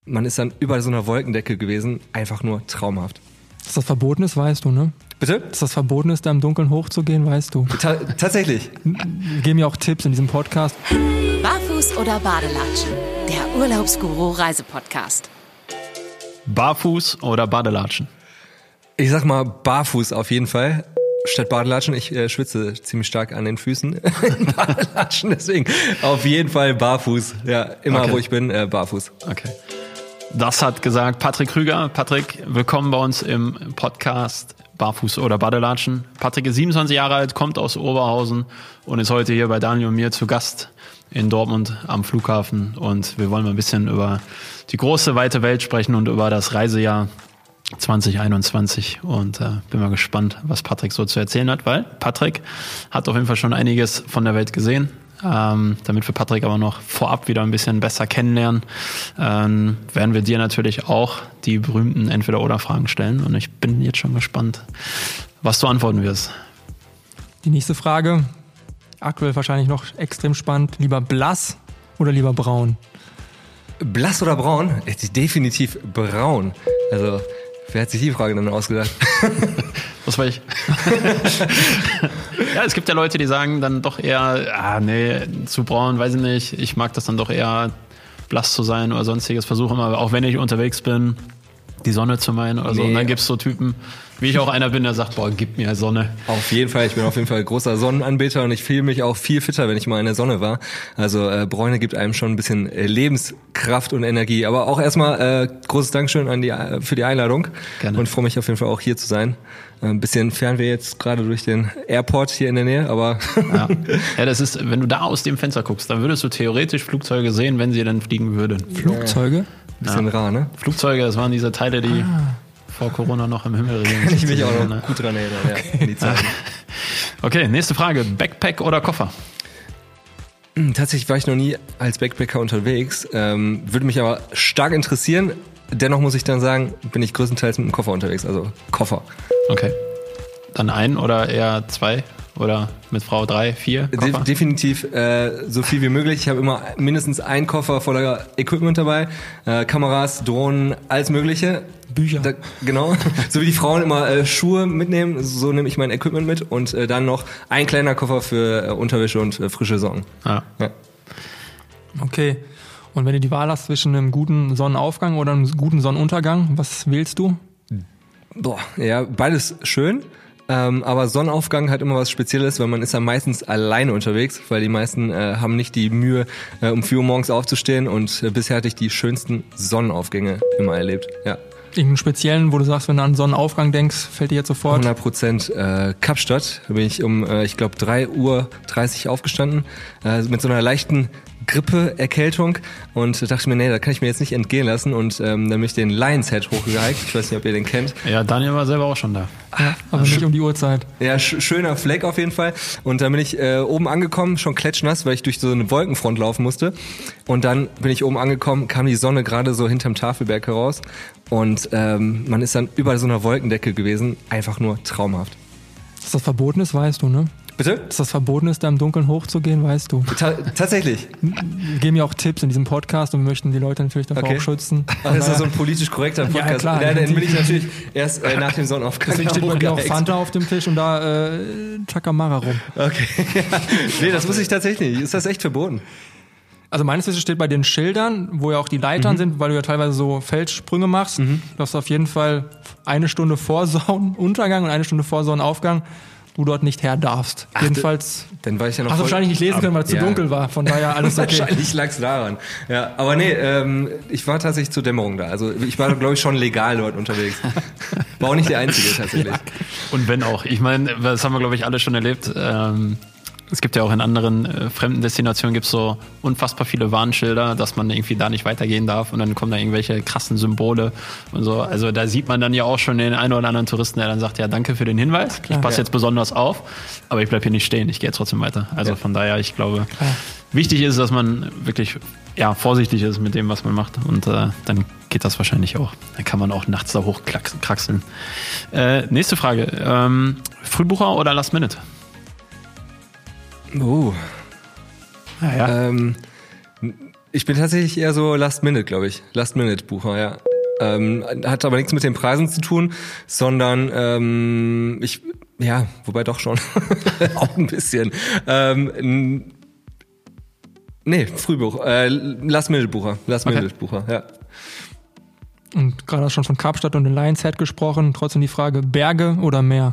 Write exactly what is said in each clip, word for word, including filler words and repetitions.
Man ist dann über so einer Wolkendecke gewesen, einfach nur traumhaft. Dass das verboten ist, weißt du, ne? Bitte? Dass das verboten ist, da im Dunkeln hochzugehen, weißt du. Ta- tatsächlich. Wir geben ja auch Tipps in diesem Podcast. Barfuß oder Badelatschen? Der Urlaubsguru Reisepodcast. Barfuß oder Badelatschen? Ich sag mal barfuß auf jeden Fall. Statt Badelatschen, ich äh, schwitze ziemlich stark an den Füßen in Badelatschen, deswegen auf jeden Fall barfuß. Ja, immer Okay. wo ich bin, äh, barfuß. Okay. Das hat gesagt Patrick Krüger. Patrick, willkommen bei uns im Podcast Barfuß oder Badelatschen. Patrick ist siebenundzwanzig Jahre alt, kommt aus Oberhausen und ist heute hier bei Daniel und mir zu Gast in Dortmund am Flughafen. Und wir wollen mal ein bisschen über die große, weite Welt sprechen und über das Reisejahr zwanzig einundzwanzig. Und äh, bin mal gespannt, was Patrick so zu erzählen hat, weil Patrick hat auf jeden Fall schon einiges von der Welt gesehen. Ähm, damit wir Patrick aber noch vorab wieder ein bisschen besser kennenlernen, ähm, werden wir dir natürlich auch die berühmten Entweder-Oder-Fragen stellen. Und ich bin jetzt schon gespannt, was du antworten wirst. Die nächste Frage, aktuell wahrscheinlich noch extrem spannend. Lieber blass oder lieber braun? Blass oder braun? Äh, Definitiv braun. Also, wer hat sich die Frage dann ausgedacht? Was war ich? Ja, es gibt ja Leute, die sagen dann doch eher, ah nee, zu braun, weiß ich nicht. Ich mag das dann doch eher blass zu sein oder sonstiges. Versuche immer, auch wenn ich unterwegs bin, die Sonne zu meinen oder so. Nee. Und dann gibt's so Typen, wie ich auch einer bin, der sagt, boah, gib mir Sonne. Auf jeden Fall, ich bin auf jeden Fall großer Sonnenanbeter und ich fühle mich auch viel fitter, wenn ich mal in der Sonne war. Also äh, Bräune gibt einem schon ein bisschen äh, Lebenskraft und Energie. Aber auch erstmal äh, großes Dankeschön an die, äh, für die Einladung. Gerne. Und freue mich auf jeden Fall auch hier zu sein. Äh, ein bisschen Fernweh jetzt gerade durch den Airport hier in der Nähe, aber Ja. Ja, das ist, wenn du da aus dem Fenster guckst, dann würdest du theoretisch Flugzeuge sehen, wenn sie dann fliegen würden. Flugzeuge? ein bisschen rar, ne? Flugzeuge, das waren diese Teile, die Ah. vor Corona noch im Himmel regieren. Kann ich mich auch noch Ne? gut dran erinnern, ja, an die Zeit. Okay, nächste Frage. Backpack oder Koffer? Tatsächlich war ich noch nie als Backpacker unterwegs, ähm, würde mich aber stark interessieren. Dennoch muss ich dann sagen, bin ich größtenteils mit dem Koffer unterwegs, also Koffer. Okay. Dann ein oder eher zwei? Oder mit Frau drei, vier De- Koffer? definitiv äh, so viel wie möglich. Ich habe immer mindestens einen Koffer voller Equipment dabei, äh, Kameras, Drohnen, alles Mögliche. Bücher. Da, genau. So wie die Frauen immer äh, Schuhe mitnehmen, so nehme ich mein Equipment mit und äh, dann noch ein kleiner Koffer für äh, Unterwäsche und äh, frische Socken. Ja. Ja. Okay. Und wenn du die Wahl hast zwischen einem guten Sonnenaufgang oder einem guten Sonnenuntergang, was wählst du? Boah, ja, beides schön. Ähm, aber Sonnenaufgang hat immer was Spezielles, weil man ist ja meistens alleine unterwegs, weil die meisten äh, haben nicht die Mühe, äh, um vier Uhr morgens aufzustehen und äh, bisher hatte ich die schönsten Sonnenaufgänge immer erlebt. Ja, Irgendeinen speziellen, wo du sagst, wenn du an Sonnenaufgang denkst, fällt dir jetzt sofort? hundert Prozent äh, Kapstadt. Da bin ich um, äh, ich glaube, drei Uhr dreißig aufgestanden, äh, mit so einer leichten Grippe, Erkältung und dachte mir, nee, da kann ich mir jetzt nicht entgehen lassen und ähm, dann bin ich den Lions Head hochgehiked. Ich weiß nicht, ob ihr den kennt. Ja, Daniel war selber auch schon da. Ja, aber nicht um die Uhrzeit. Ja, sch- schöner Fleck auf jeden Fall. Und dann bin ich äh, oben angekommen, schon klatschnass, weil ich durch so eine Wolkenfront laufen musste. Und dann bin ich oben angekommen, kam die Sonne gerade so hinterm Tafelberg heraus. Und ähm, man ist dann über so einer Wolkendecke gewesen, einfach nur traumhaft. Dass das verboten ist, weißt du, ne? Bitte? Dass das verboten ist, da im Dunkeln hochzugehen, weißt du. Ta- tatsächlich. Wir geben ja auch Tipps in diesem Podcast und wir möchten die Leute natürlich davor Okay. auch schützen. Ach, das ist so ein politisch korrekter Podcast. Ja, klar. Ja, dann bin ich natürlich erst äh, nach dem Sonnenaufgang. Deswegen steht bei dir auch hochgehiked. Fanta auf dem Tisch und da äh, Chakamara rum. Okay. Ja. Nee, das wusste ich tatsächlich nicht. Ist das echt verboten? Also meines Wissens steht bei den Schildern, wo ja auch die Leitern Mhm. sind, weil du ja teilweise so Felssprünge machst. Du hast auf jeden Fall eine Stunde vor Sonnenuntergang und eine Stunde vor Sonnenaufgang, du dort nicht her darfst. Ach, Jedenfalls Dann war ich ja noch hast du voll- wahrscheinlich nicht lesen können, weil es zu Ja. dunkel war. Von daher alles okay. Wahrscheinlich lag's daran. Ja, aber nee, ähm, ich war tatsächlich zur Dämmerung da. Also ich war, glaube ich, schon legal dort unterwegs. War auch nicht der Einzige tatsächlich. Und wenn auch. Ich meine, das haben wir, glaube ich, alle schon erlebt. Ähm, es gibt ja auch in anderen äh, fremden Destinationen gibt's so unfassbar viele Warnschilder, dass man irgendwie da nicht weitergehen darf und dann kommen da irgendwelche krassen Symbole und so. Also da sieht man dann ja auch schon den einen oder anderen Touristen, der dann sagt, ja, danke für den Hinweis, ich passe Ja. jetzt besonders auf, aber ich bleib hier nicht stehen, ich gehe jetzt trotzdem weiter. Also Ja. von daher, ich glaube, wichtig ist, dass man wirklich ja, vorsichtig ist mit dem, was man macht und äh, dann geht das wahrscheinlich auch. Dann kann man auch nachts da hochkraxeln. Äh, nächste Frage, ähm, Frühbucher oder Last Minute? Oh. Ja, ja. Ähm, Ich bin tatsächlich eher so Last-Minute, glaube ich. Last-Minute-Bucher, ja. Ähm, hat aber nichts mit den Preisen zu tun, sondern ähm, ich, ja, wobei doch schon, auch ein bisschen. Ähm, nee, Frühbuch, äh, Last-Minute-Bucher, Last-Minute-Bucher, okay. Ja. Und gerade hast du schon von Kapstadt und den Lions Head gesprochen, trotzdem die Frage, Berge oder Meer?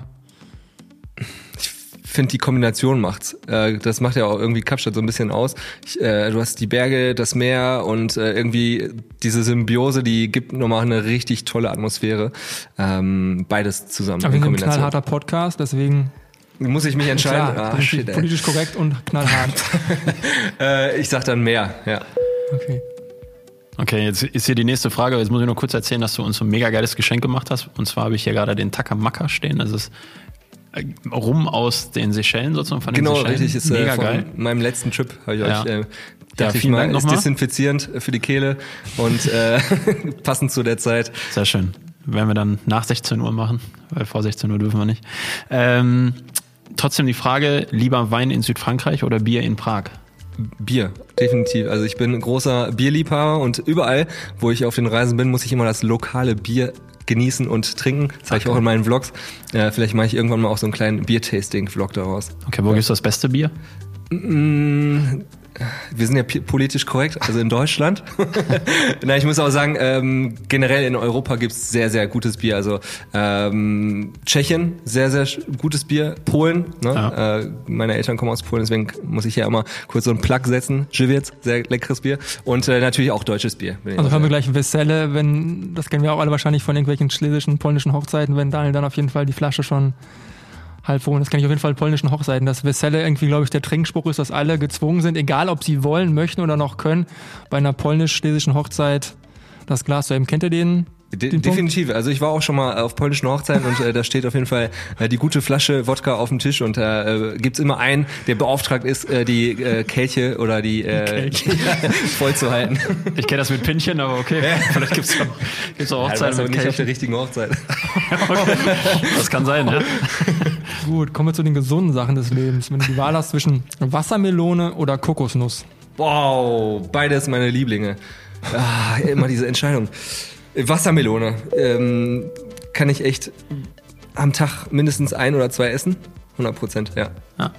Ich finde, die Kombination macht's. Äh, das macht ja auch irgendwie Kapstadt so ein bisschen aus. Ich, äh, du hast die Berge, das Meer und äh, irgendwie diese Symbiose, die gibt nochmal eine richtig tolle Atmosphäre. Ähm, beides zusammen. Aber wir sind ein knallharter Podcast, deswegen muss ich mich entscheiden. Klar, ah, shit, politisch korrekt und knallhart. äh, ich sag dann Meer, ja. Okay. Okay, jetzt ist hier die nächste Frage. Jetzt muss ich nur kurz erzählen, dass du uns so ein mega geiles Geschenk gemacht hast. Und zwar habe ich hier gerade den Takamaka stehen. Das ist Rum aus den Seychellen sozusagen, von den genau, Seychellen. Richtig, ist mega äh, von geil. meinem letzten Trip habe ich Ja. euch, äh, Ja, dachte ich vielen mal, Dank ist nochmal. desinfizierend für die Kehle und äh, passend zu der Zeit. Sehr schön. Werden wir dann nach sechzehn Uhr machen, weil vor sechzehn Uhr dürfen wir nicht. Ähm, trotzdem die Frage, lieber Wein in Südfrankreich oder Bier in Prag? Bier, definitiv. Also ich bin ein großer Bierliebhaber und überall, wo ich auf den Reisen bin, muss ich immer das lokale Bier genießen und trinken. Das zeige ich Okay. auch in meinen Vlogs. Äh, vielleicht mache ich irgendwann mal auch so einen kleinen Bier-Tasting-Vlog daraus. Okay, wo gibt's das beste Bier? Mm, wir sind ja pi- politisch korrekt, also in Deutschland. Nein, ich muss auch sagen, ähm, generell in Europa gibt's sehr, sehr gutes Bier. Also ähm, Tschechien, sehr, sehr sch- gutes Bier. Polen, ne? Ja. Äh, meine Eltern kommen aus Polen, deswegen muss ich ja immer kurz so einen Plug setzen. Żywiec, sehr leckeres Bier. Und äh, natürlich auch deutsches Bier. will ich Also auch hören wir sagen. gleich Weselle, wenn, das kennen wir auch alle wahrscheinlich von irgendwelchen schlesischen, polnischen Hochzeiten, wenn Daniel dann auf jeden Fall die Flasche schon halb holen. Das kenne ich auf jeden Fall polnischen Hochzeiten, dass Weselle irgendwie, glaube ich, der Trinkspruch ist, dass alle gezwungen sind, egal ob sie wollen, möchten oder noch können, bei einer polnisch-schlesischen Hochzeit das Glas zu haben. Kennt ihr den? De- den Punkt? definitiv. Also ich war auch schon mal auf polnischen Hochzeiten und äh, da steht auf jeden Fall äh, die gute Flasche Wodka auf dem Tisch und da äh, gibt's immer einen, der beauftragt ist, äh, die äh, Kelche oder die äh, voll zu halten. Ich kenne das mit Pinchen, aber okay. Vielleicht gibt's auch, gibt's auch Ja, du Hochzeiten warst aber mit nicht auf der Kelchen. richtigen Hochzeit. Okay. Das kann sein, ja. Gut, kommen wir zu den gesunden Sachen des Lebens. Wenn du die Wahl hast zwischen Wassermelone oder Kokosnuss. Wow, beides meine Lieblinge. Ah, immer diese Entscheidung. Wassermelone. Ähm, kann ich echt am Tag mindestens ein oder zwei essen? hundert Prozent, ja. ja.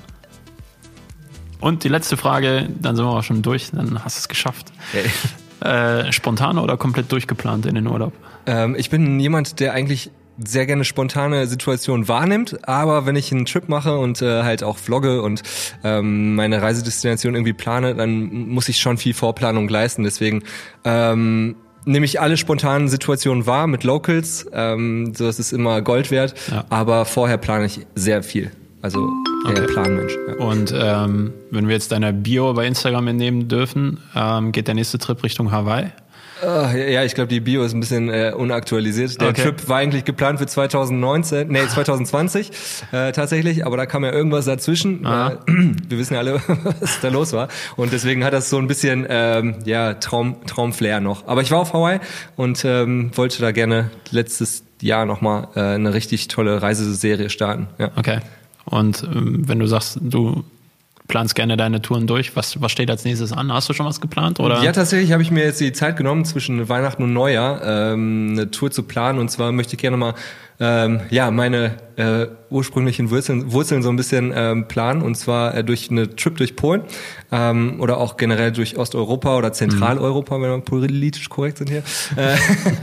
Und die letzte Frage, dann sind wir auch schon durch, dann hast du es geschafft. Ey. Äh, spontan oder komplett durchgeplant in den Urlaub? Ähm, ich bin jemand, der eigentlich sehr gerne spontane Situationen wahrnimmt, aber wenn ich einen Trip mache und äh, halt auch vlogge und ähm, meine Reisedestination irgendwie plane, dann muss ich schon viel Vorplanung leisten. Deswegen ähm, nehme ich alle spontanen Situationen wahr mit Locals, ähm, so das ist immer Gold wert, Ja. aber vorher plane ich sehr viel. Also eher Okay. Planmensch. Ja. Und ähm, wenn wir jetzt deine Bio bei Instagram entnehmen dürfen, ähm, geht der nächste Trip Richtung Hawaii? Ah, ja, ich glaube, die Bio ist ein bisschen äh, unaktualisiert. Der Okay. Trip war eigentlich geplant für zwanzig neunzehn, nee, zwanzig zwanzig äh, tatsächlich, aber da kam ja irgendwas dazwischen. Ah. Äh, wir wissen ja alle, was da los war. Und deswegen hat das so ein bisschen ähm, ja Traum Traumflair noch. Aber ich war auf Hawaii und ähm, wollte da gerne letztes Jahr nochmal äh, eine richtig tolle Reiseserie starten. Ja. Okay. Und ähm, wenn du sagst, du planst gerne deine Touren durch, was, was steht als nächstes an? Hast du schon was geplant? Oder? Ja, tatsächlich habe ich mir jetzt die Zeit genommen, zwischen Weihnachten und Neujahr ähm, eine Tour zu planen. Und zwar möchte ich gerne mal ähm, ja meine äh, ursprünglichen Wurzeln, Wurzeln so ein bisschen ähm, planen. Und zwar äh, durch eine Trip durch Polen ähm, oder auch generell durch Osteuropa oder Zentraleuropa, wenn wir politisch korrekt sind hier. Äh,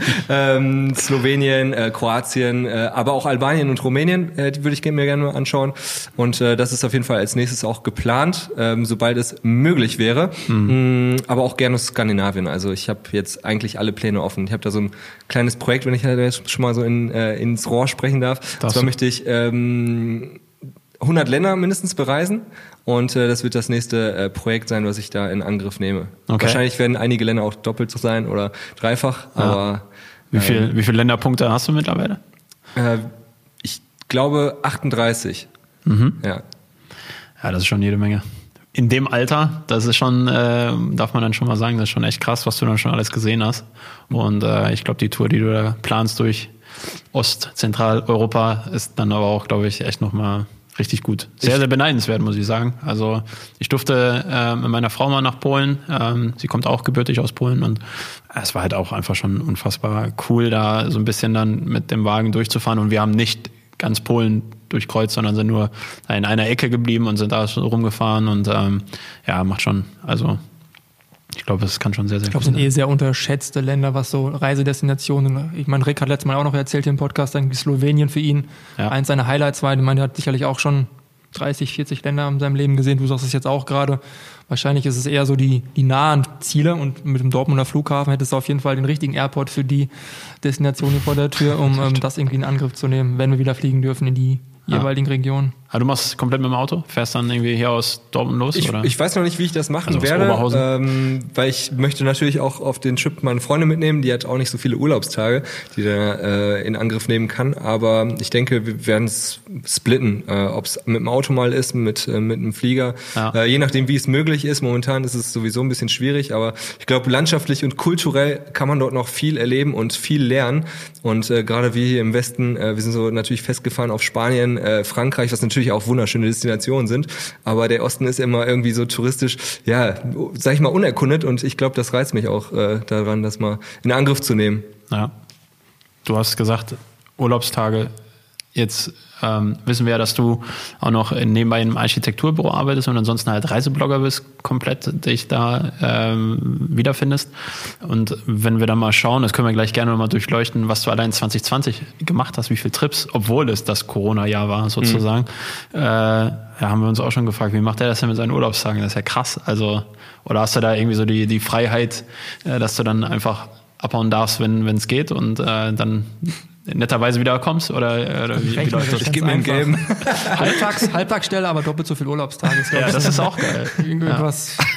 ähm, Slowenien, äh, Kroatien, äh, aber auch Albanien und Rumänien, äh, die würde ich mir gerne mal anschauen. Und äh, das ist auf jeden Fall als nächstes auch geplant, ähm, sobald es möglich wäre. Mhm. Aber auch gerne Skandinavien. Also ich habe jetzt eigentlich alle Pläne offen. Ich habe da so ein kleines Projekt, wenn ich halt jetzt schon mal so in, äh, ins Rohr sprechen darf. Und Darfst zwar du. möchte ich ähm, hundert Länder mindestens bereisen. Und äh, das wird das nächste äh, Projekt sein, was ich da in Angriff nehme. Okay. Wahrscheinlich werden einige Länder auch doppelt so sein oder dreifach. Ja. Aber Wie viel, wie viele Länderpunkte hast du mittlerweile? äh, ich glaube achtunddreißig. Mhm. Ja. Ja, das ist schon jede Menge. In dem Alter, das ist schon, äh, darf man dann schon mal sagen, das ist schon echt krass, was du dann schon alles gesehen hast. Und äh, ich glaube, die Tour, die du da planst durch Ost-, Zentraleuropa, ist dann aber auch, glaube ich, echt nochmal richtig gut. Sehr, sehr beneidenswert, muss ich sagen. Also ich durfte äh, mit meiner Frau mal nach Polen. Ähm, sie kommt auch gebürtig aus Polen und es war halt auch einfach schon unfassbar cool, da so ein bisschen dann mit dem Wagen durchzufahren. Und wir haben nicht ganz Polen durchkreuzt, sondern sind nur in einer Ecke geblieben und sind da so rumgefahren. Und ähm, ja, macht schon, also ich glaube, es kann schon sehr, sehr Ich glaube, es sind eh sehr unterschätzte Länder, was so Reisedestinationen. Ich meine, Rick hat letztes Mal auch noch erzählt im Podcast, irgendwie Slowenien für ihn. Ja. Eins seiner Highlights war, ich meine, er hat sicherlich auch schon dreißig, vierzig Länder in seinem Leben gesehen. Du sagst es jetzt auch gerade. Wahrscheinlich ist es eher so die, die nahen Ziele und mit dem Dortmunder Flughafen hättest du auf jeden Fall den richtigen Airport für die Destination hier vor der Tür, um ähm, das irgendwie in Angriff zu nehmen, wenn wir wieder fliegen dürfen in die jeweiligen ja. Regionen. Ah, du machst komplett mit dem Auto? Fährst dann irgendwie hier aus Dortmund los? Ich, oder? ich weiß noch nicht, wie ich das machen also werde, ähm, weil ich möchte natürlich auch auf den Trip meine Freundin mitnehmen, die hat auch nicht so viele Urlaubstage, die da äh, in Angriff nehmen kann, aber ich denke, wir werden es splitten, äh, ob es mit dem Auto mal ist, mit, äh, mit einem Flieger, ja. äh, je nachdem, wie es möglich ist. Momentan ist es sowieso ein bisschen schwierig, aber ich glaube, landschaftlich und kulturell kann man dort noch viel erleben und viel lernen und äh, gerade wir hier im Westen, äh, wir sind so natürlich festgefahren auf Spanien, äh, Frankreich, was natürlich auch wunderschöne Destinationen sind, aber der Osten ist immer irgendwie so touristisch, ja, sag ich mal, unerkundet und ich glaube, das reizt mich auch äh, daran, das mal in Angriff zu nehmen. Ja, du hast gesagt, Urlaubstage, jetzt ähm, wissen wir ja, dass du auch noch nebenbei im Architekturbüro arbeitest und ansonsten halt Reiseblogger bist, komplett dich da ähm, wiederfindest. Und wenn wir dann mal schauen, das können wir gleich gerne mal durchleuchten, was du allein zwanzig zwanzig gemacht hast, wie viele Trips, obwohl es das Corona-Jahr war sozusagen, mhm. äh, ja, haben wir uns auch schon gefragt, wie macht er das denn mit seinen Urlaubstagen? Das ist ja krass. Also, oder hast du da irgendwie so die, die Freiheit, äh, dass du dann einfach abhauen darfst, wenn es geht und äh, dann netterweise wieder kommst oder, oder wie, wie läuft das? Ich gebe mir einen gelben. Halbtags, Halbtagsstelle, aber doppelt so viel Urlaubstage. Ja, das ist auch geil. Irgendwas. Ja.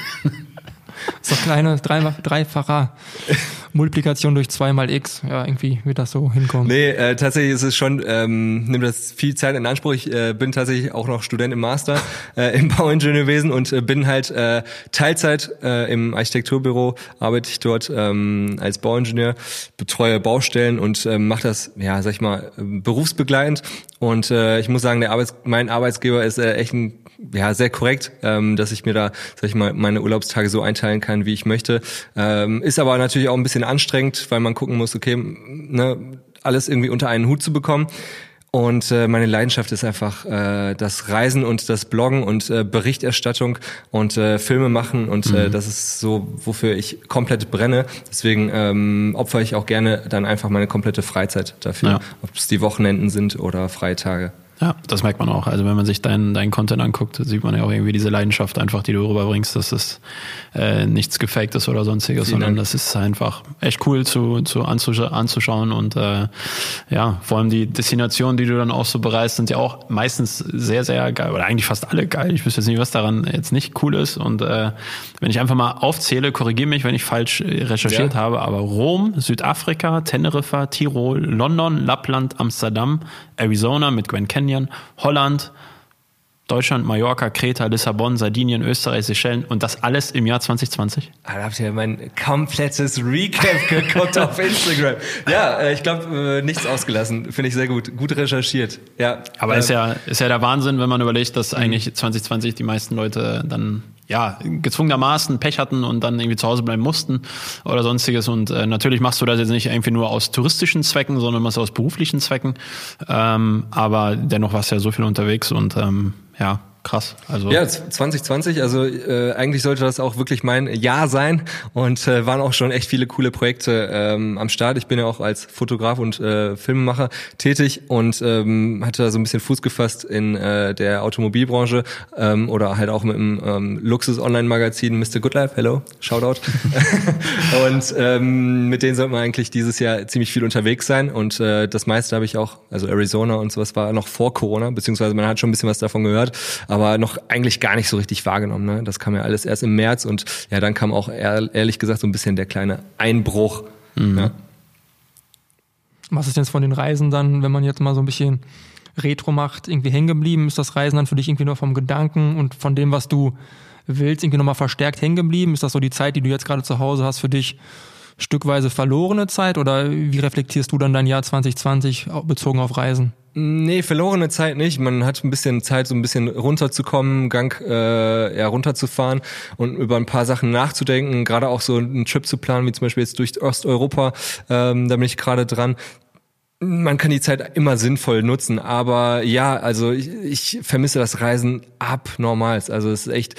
So kleine drei, dreifacher Multiplikation durch zwei mal x. Ja, irgendwie wird das so hinkommen. Nee, äh, tatsächlich ist es schon, ähm, nimmt das viel Zeit in Anspruch. Ich äh, bin tatsächlich auch noch Student im Master äh, im Bauingenieurwesen und äh, bin halt äh, Teilzeit äh, im Architekturbüro, arbeite ich dort ähm, als Bauingenieur, betreue Baustellen und äh, mache das, ja, sag ich mal, berufsbegleitend. Und äh, ich muss sagen, der Arbeits- mein Arbeitsgeber ist äh, echt ein ja, sehr korrekt, ähm, dass ich mir da, sag ich mal, meine Urlaubstage so einteilen kann, wie ich möchte. Ähm, ist aber natürlich auch ein bisschen anstrengend, weil man gucken muss, okay, ne, alles irgendwie unter einen Hut zu bekommen. Und äh, meine Leidenschaft ist einfach äh, das Reisen und das Bloggen und äh, Berichterstattung und äh, Filme machen und mhm. äh, das ist so, wofür ich komplett brenne. Deswegen ähm, opfere ich auch gerne dann einfach meine komplette Freizeit dafür, ja. ob es die Wochenenden sind oder Freitage. Ja, das merkt man auch. Also wenn man sich deinen deinen Content anguckt, sieht man ja auch irgendwie diese Leidenschaft einfach, die du rüberbringst, dass das äh, nichts Gefaktes oder sonstiges, Vielen sondern Dank. Das ist einfach echt cool zu, zu anzusch- anzuschauen und äh, ja, vor allem die Destinationen, die du dann auch so bereist, sind ja auch meistens sehr, sehr geil oder eigentlich fast alle geil. Ich wüsste jetzt nicht, was daran jetzt nicht cool ist und äh, wenn ich einfach mal aufzähle, korrigiere mich, wenn ich falsch recherchiert ja. habe, aber Rom, Südafrika, Teneriffa, Tirol, London, Lappland, Amsterdam, Arizona mit Grand Canyon, Holland, Deutschland, Mallorca, Kreta, Lissabon, Sardinien, Österreich, Seychellen und das alles im Jahr zwanzig zwanzig? Ah, da habt ihr mein komplettes Recap geguckt auf Instagram. Ja, ich glaube, nichts ausgelassen. Finde ich sehr gut. Gut recherchiert. Ja, aber äh, ist ja ist ja der Wahnsinn, wenn man überlegt, dass eigentlich zwanzig zwanzig die meisten Leute dann ja gezwungenermaßen Pech hatten und dann irgendwie zu Hause bleiben mussten oder sonstiges. Und äh, natürlich machst du das jetzt nicht irgendwie nur aus touristischen Zwecken, sondern machst du aus beruflichen Zwecken. Ähm, aber dennoch warst du ja so viel unterwegs und ähm, ja, krass. Also ja, zwanzig zwanzig, also äh, eigentlich sollte das auch wirklich mein Jahr sein und äh, waren auch schon echt viele coole Projekte ähm, am Start. Ich bin ja auch als Fotograf und äh, Filmemacher tätig und ähm, hatte da so ein bisschen Fuß gefasst in äh, der Automobilbranche ähm, oder halt auch mit dem ähm, Luxus-Online-Magazin Mister Good Life, hello, Shoutout. Und ähm, mit denen sollte man eigentlich dieses Jahr ziemlich viel unterwegs sein und äh, das meiste habe ich auch, also Arizona und sowas war noch vor Corona, beziehungsweise man hat schon ein bisschen was davon gehört, aber noch eigentlich gar nicht so richtig wahrgenommen. Ne? Das kam ja alles erst im März und ja, dann kam auch ehrlich gesagt so ein bisschen der kleine Einbruch. Mhm. Ja. Was ist denn von den Reisen dann, wenn man jetzt mal so ein bisschen Retro macht, irgendwie hängen geblieben? Ist das Reisen dann für dich irgendwie nur vom Gedanken und von dem, was du willst, irgendwie nochmal verstärkt hängen geblieben? Ist das so die Zeit, die du jetzt gerade zu Hause hast, für dich stückweise verlorene Zeit oder wie reflektierst du dann dein Jahr zwanzig zwanzig bezogen auf Reisen? Nee, verlorene Zeit nicht. Man hat ein bisschen Zeit, so ein bisschen runterzukommen, Gang äh, ja, runterzufahren und über ein paar Sachen nachzudenken, gerade auch so einen Trip zu planen, wie zum Beispiel jetzt durch Osteuropa, ähm, da bin ich gerade dran. Man kann die Zeit immer sinnvoll nutzen, aber ja, also ich, ich vermisse das Reisen abnormal. Also es ist echt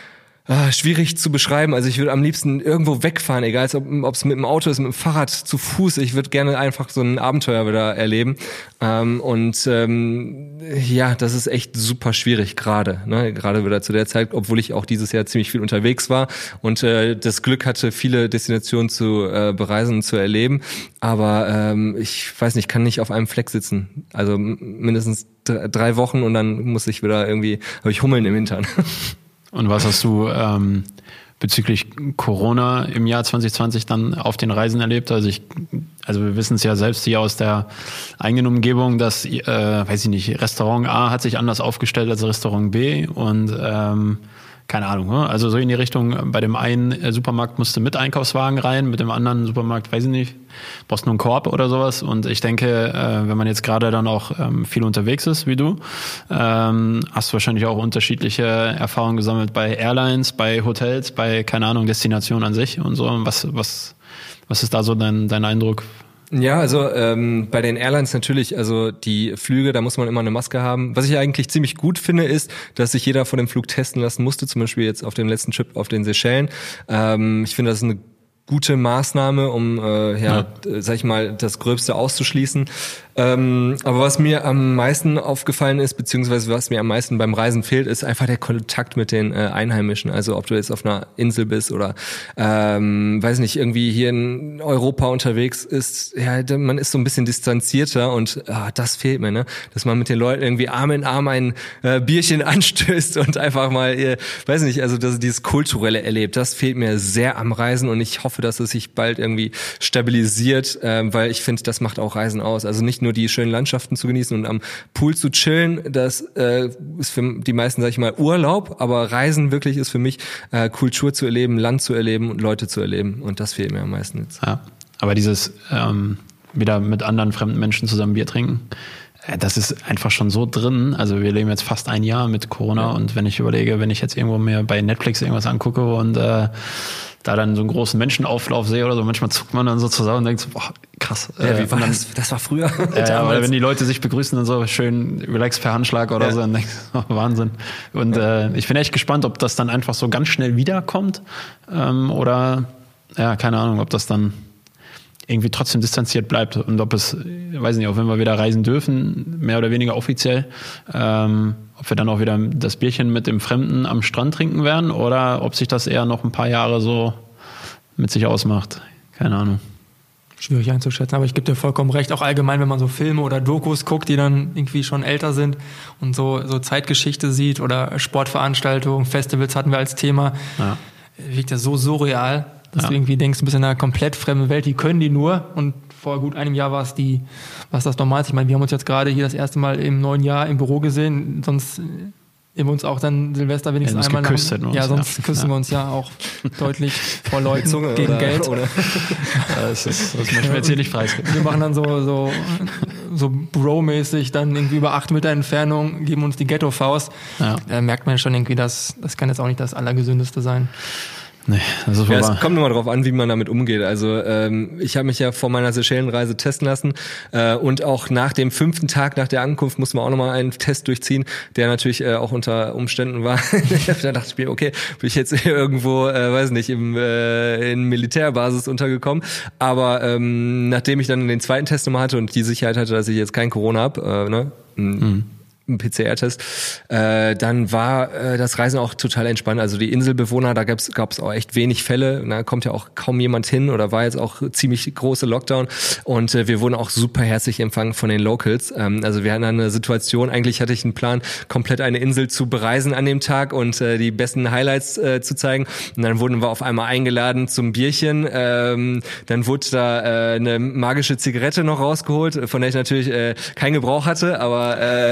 Ah, schwierig zu beschreiben. Also ich würde am liebsten irgendwo wegfahren, egal ob es mit dem Auto ist, mit dem Fahrrad, zu Fuß. Ich würde gerne einfach so ein Abenteuer wieder erleben. Ähm, und ähm, ja, das ist echt super schwierig gerade. Ne? Gerade wieder zu der Zeit, obwohl ich auch dieses Jahr ziemlich viel unterwegs war und äh, das Glück hatte, viele Destinationen zu äh, bereisen und zu erleben. Aber ähm, ich weiß nicht, kann nicht auf einem Fleck sitzen. Also mindestens drei Wochen und dann muss ich wieder irgendwie, habe ich Hummeln im Hintern. Und was hast du ähm, bezüglich Corona im Jahr zwanzig zwanzig dann auf den Reisen erlebt? Also ich, also wir wissen es ja selbst hier aus der eigenen Umgebung, dass, äh, weiß ich nicht, Restaurant A hat sich anders aufgestellt als Restaurant B und ähm, keine Ahnung, ne? Also so in die Richtung, bei dem einen Supermarkt musste mit Einkaufswagen rein, mit dem anderen Supermarkt, weiß ich nicht, brauchst nur einen Korb oder sowas. Und ich denke, äh, wenn man jetzt gerade dann auch ähm, viel unterwegs ist, wie du, ähm, hast du wahrscheinlich auch unterschiedliche Erfahrungen gesammelt bei Airlines, bei Hotels, bei, keine Ahnung, Destinationen an sich und so. Was, was, was ist da so dein, dein Eindruck? Ja, also ähm, bei den Airlines natürlich, also die Flüge, da muss man immer eine Maske haben. Was ich eigentlich ziemlich gut finde, ist, dass sich jeder vor dem Flug testen lassen musste, zum Beispiel jetzt auf dem letzten Trip auf den Seychellen. Ähm, ich finde, das ist eine gute Maßnahme, um äh, ja, ja, sag ich mal, das Gröbste auszuschließen. Ähm, aber was mir am meisten aufgefallen ist, beziehungsweise was mir am meisten beim Reisen fehlt, ist einfach der Kontakt mit den äh, Einheimischen. Also ob du jetzt auf einer Insel bist oder ähm, weiß nicht, irgendwie hier in Europa unterwegs ist, ja, man ist so ein bisschen distanzierter und ah, das fehlt mir, ne? Dass man mit den Leuten irgendwie Arm in Arm ein äh, Bierchen anstößt und einfach mal, äh, weiß nicht, also das, dieses Kulturelle erlebt. Das fehlt mir sehr am Reisen und ich hoffe, dass es sich bald irgendwie stabilisiert, äh, weil ich finde, das macht auch Reisen aus. Also nicht nur die schönen Landschaften zu genießen und am Pool zu chillen, das äh, ist für die meisten, sag ich mal, Urlaub, aber Reisen wirklich ist für mich äh, Kultur zu erleben, Land zu erleben und Leute zu erleben und das fehlt mir am meisten jetzt. Ja, aber dieses ähm, wieder mit anderen fremden Menschen zusammen Bier trinken, äh, das ist einfach schon so drin. Also wir leben jetzt fast ein Jahr mit Corona ja. Und wenn ich überlege, wenn ich jetzt irgendwo mir bei Netflix irgendwas angucke und äh, da dann so einen großen Menschenauflauf sehe oder so, manchmal zuckt man dann so zusammen und denkt so, boah, krass. Ja, wie äh, war dann, das? Das war früher. Ja, oder wenn die Leute sich begrüßen und so schön relaxed per Handschlag oder ja. so, dann denkst du, oh, Wahnsinn. Und ja. äh, ich bin echt gespannt, ob das dann einfach so ganz schnell wiederkommt ähm, oder, ja, keine Ahnung, ob das dann irgendwie trotzdem distanziert bleibt und ob es, weiß nicht, auch wenn wir wieder reisen dürfen, mehr oder weniger offiziell, ähm, ob wir dann auch wieder das Bierchen mit dem Fremden am Strand trinken werden oder ob sich das eher noch ein paar Jahre so mit sich ausmacht. Keine Ahnung. Schwierig einzuschätzen, aber ich gebe dir vollkommen recht, auch allgemein, wenn man so Filme oder Dokus guckt, die dann irgendwie schon älter sind und so, so Zeitgeschichte sieht oder Sportveranstaltungen, Festivals hatten wir als Thema, ja. Wirkt ja so surreal, dass ja. du irgendwie denkst, du bist in einer komplett fremden Welt, die können die nur und vor gut einem Jahr war es die, was das Normalste. Ich meine, wir haben uns jetzt gerade hier das erste Mal im neuen Jahr im Büro gesehen, sonst wir uns auch dann Silvester wenigstens ja, einmal nach, uns, ja, sonst ja. küssen ja. wir uns ja auch deutlich vor Leuten Zunge gegen oder, Geld. Oder? Das, ist, das möchten wir jetzt hier nicht preisgeben. Wir machen dann so, so, so Bro-mäßig dann irgendwie über acht Meter Entfernung, geben uns die Ghetto-Faust. Ja. Da merkt man schon irgendwie, dass das kann jetzt auch nicht das Allergesündeste sein. Nee, das ist ja, es kommt immer drauf an, wie man damit umgeht. Also ähm, ich habe mich ja vor meiner Seychellenreise testen lassen äh, und auch nach dem fünften Tag nach der Ankunft mussten wir auch nochmal einen Test durchziehen, der natürlich äh, auch unter Umständen war. Da dachte ich mir, okay, bin ich jetzt irgendwo, äh, weiß nicht, im äh, in Militärbasis untergekommen. Aber ähm, nachdem ich dann den zweiten Test nochmal hatte und die Sicherheit hatte, dass ich jetzt kein Corona habe, äh, ne? Mhm. Ein P C R-Test, äh, dann war äh, das Reisen auch total entspannt. Also die Inselbewohner, da gab's gab's auch echt wenig Fälle. Da kommt ja auch kaum jemand hin oder war jetzt auch ziemlich große Lockdown. Und äh, wir wurden auch super herzlich empfangen von den Locals. Ähm, also wir hatten eine Situation, eigentlich hatte ich einen Plan, komplett eine Insel zu bereisen an dem Tag und äh, die besten Highlights äh, zu zeigen. Und dann wurden wir auf einmal eingeladen zum Bierchen. Ähm, dann wurde da äh, eine magische Zigarette noch rausgeholt, von der ich natürlich äh, keinen Gebrauch hatte, aber äh, die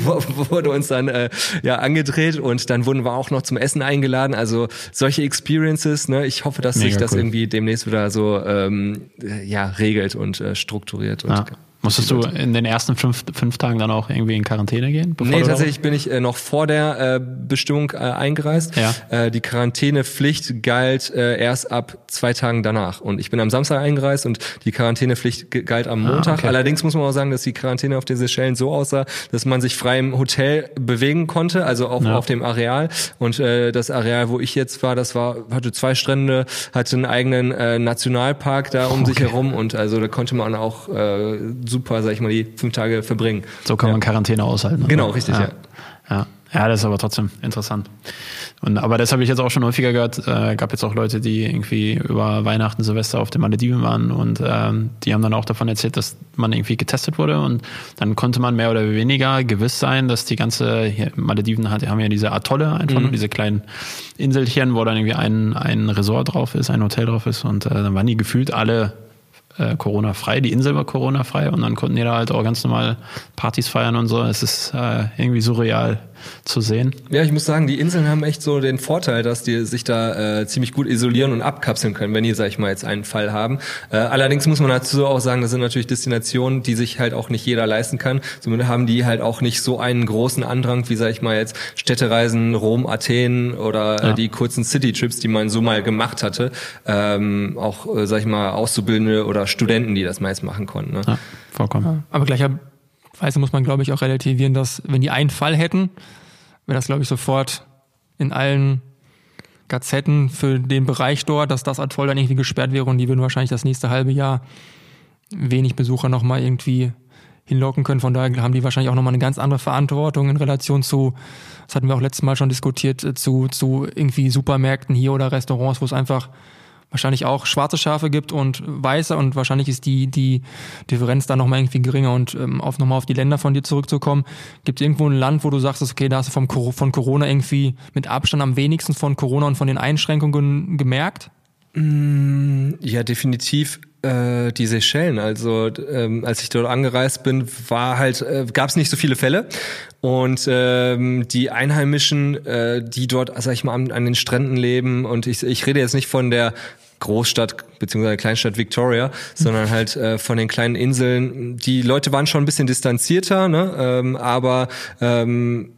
wurde uns dann äh, ja angedreht und dann wurden wir auch noch zum Essen eingeladen. Also solche Experiences, ne? Ich hoffe, dass Mega sich das cool. irgendwie demnächst wieder so ähm, ja regelt und äh, strukturiert. Und ja. Musstest du in den ersten fünf, fünf Tagen dann auch irgendwie in Quarantäne gehen? Nee, tatsächlich bin ich äh, noch vor der äh, Bestimmung äh, eingereist. Ja. Äh, die Quarantänepflicht galt äh, erst ab zwei Tagen danach. Und ich bin am Samstag eingereist und die Quarantänepflicht g- galt am Montag. Ah, okay. Allerdings muss man auch sagen, dass die Quarantäne auf den Seychellen so aussah, dass man sich frei im Hotel bewegen konnte, also auch ja. auf dem Areal. Und äh, das Areal, wo ich jetzt war, das war hatte zwei Strände, hatte einen eigenen äh, Nationalpark da um okay. sich herum. Und also da konnte man auch äh, super, sag ich mal, die fünf Tage verbringen. So kann ja. man Quarantäne aushalten. Oder? Genau, richtig, ja. ja. Ja. Ja, das ist aber trotzdem interessant. Und, aber das habe ich jetzt auch schon häufiger gehört. Äh, gab jetzt auch Leute, die irgendwie über Weihnachten, Silvester auf den Malediven waren und ähm, die haben dann auch davon erzählt, dass man irgendwie getestet wurde und dann konnte man mehr oder weniger gewiss sein, dass die ganze hier, Malediven hat, die haben ja diese Atolle einfach mhm. nur diese kleinen Inselchen, wo dann irgendwie ein, ein Resort drauf ist, ein Hotel drauf ist und äh, dann waren die gefühlt alle Corona-frei, die Insel war Corona-frei und dann konnten die da halt auch ganz normal Partys feiern und so. Es ist äh, irgendwie surreal zu sehen. Ja, ich muss sagen, die Inseln haben echt so den Vorteil, dass die sich da äh, ziemlich gut isolieren und abkapseln können, wenn die, sag ich mal, jetzt einen Fall haben. Äh, allerdings muss man dazu auch sagen, das sind natürlich Destinationen, die sich halt auch nicht jeder leisten kann. Somit haben die halt auch nicht so einen großen Andrang, wie, sag ich mal, jetzt Städtereisen, Rom, Athen oder äh, ja. die kurzen City-Trips, die man so mal gemacht hatte. Ähm, auch, äh, sag ich mal, Auszubildende oder Studenten, die das meist machen konnten. Ne? Ja, vollkommen. Ja, aber gleicherweise muss man, glaube ich, auch relativieren, dass wenn die einen Fall hätten, wäre das, glaube ich, sofort in allen Gazetten für den Bereich dort, dass das Atoll dann irgendwie gesperrt wäre und die würden wahrscheinlich das nächste halbe Jahr wenig Besucher nochmal irgendwie hinlocken können. Von daher haben die wahrscheinlich auch nochmal eine ganz andere Verantwortung in Relation zu, das hatten wir auch letztes Mal schon diskutiert, zu, zu irgendwie Supermärkten hier oder Restaurants, wo es einfach wahrscheinlich auch schwarze Schafe gibt und weiße und wahrscheinlich ist die die Differenz da nochmal irgendwie geringer und ähm, auf nochmal auf die Länder von dir zurückzukommen, gibt es irgendwo ein Land, wo du sagst, okay, da hast du vom, von Corona irgendwie mit Abstand am wenigsten von Corona und von den Einschränkungen gemerkt? Ja, definitiv äh, die Seychellen. Also ähm, als ich dort angereist bin, war halt äh, gab es nicht so viele Fälle und ähm, die Einheimischen, äh, die dort, sag ich mal, an, an den Stränden leben und ich, ich rede jetzt nicht von der Großstadt beziehungsweise Kleinstadt Victoria, sondern halt äh, von den kleinen Inseln. Die Leute waren schon ein bisschen distanzierter, ne? Ähm, aber ähm,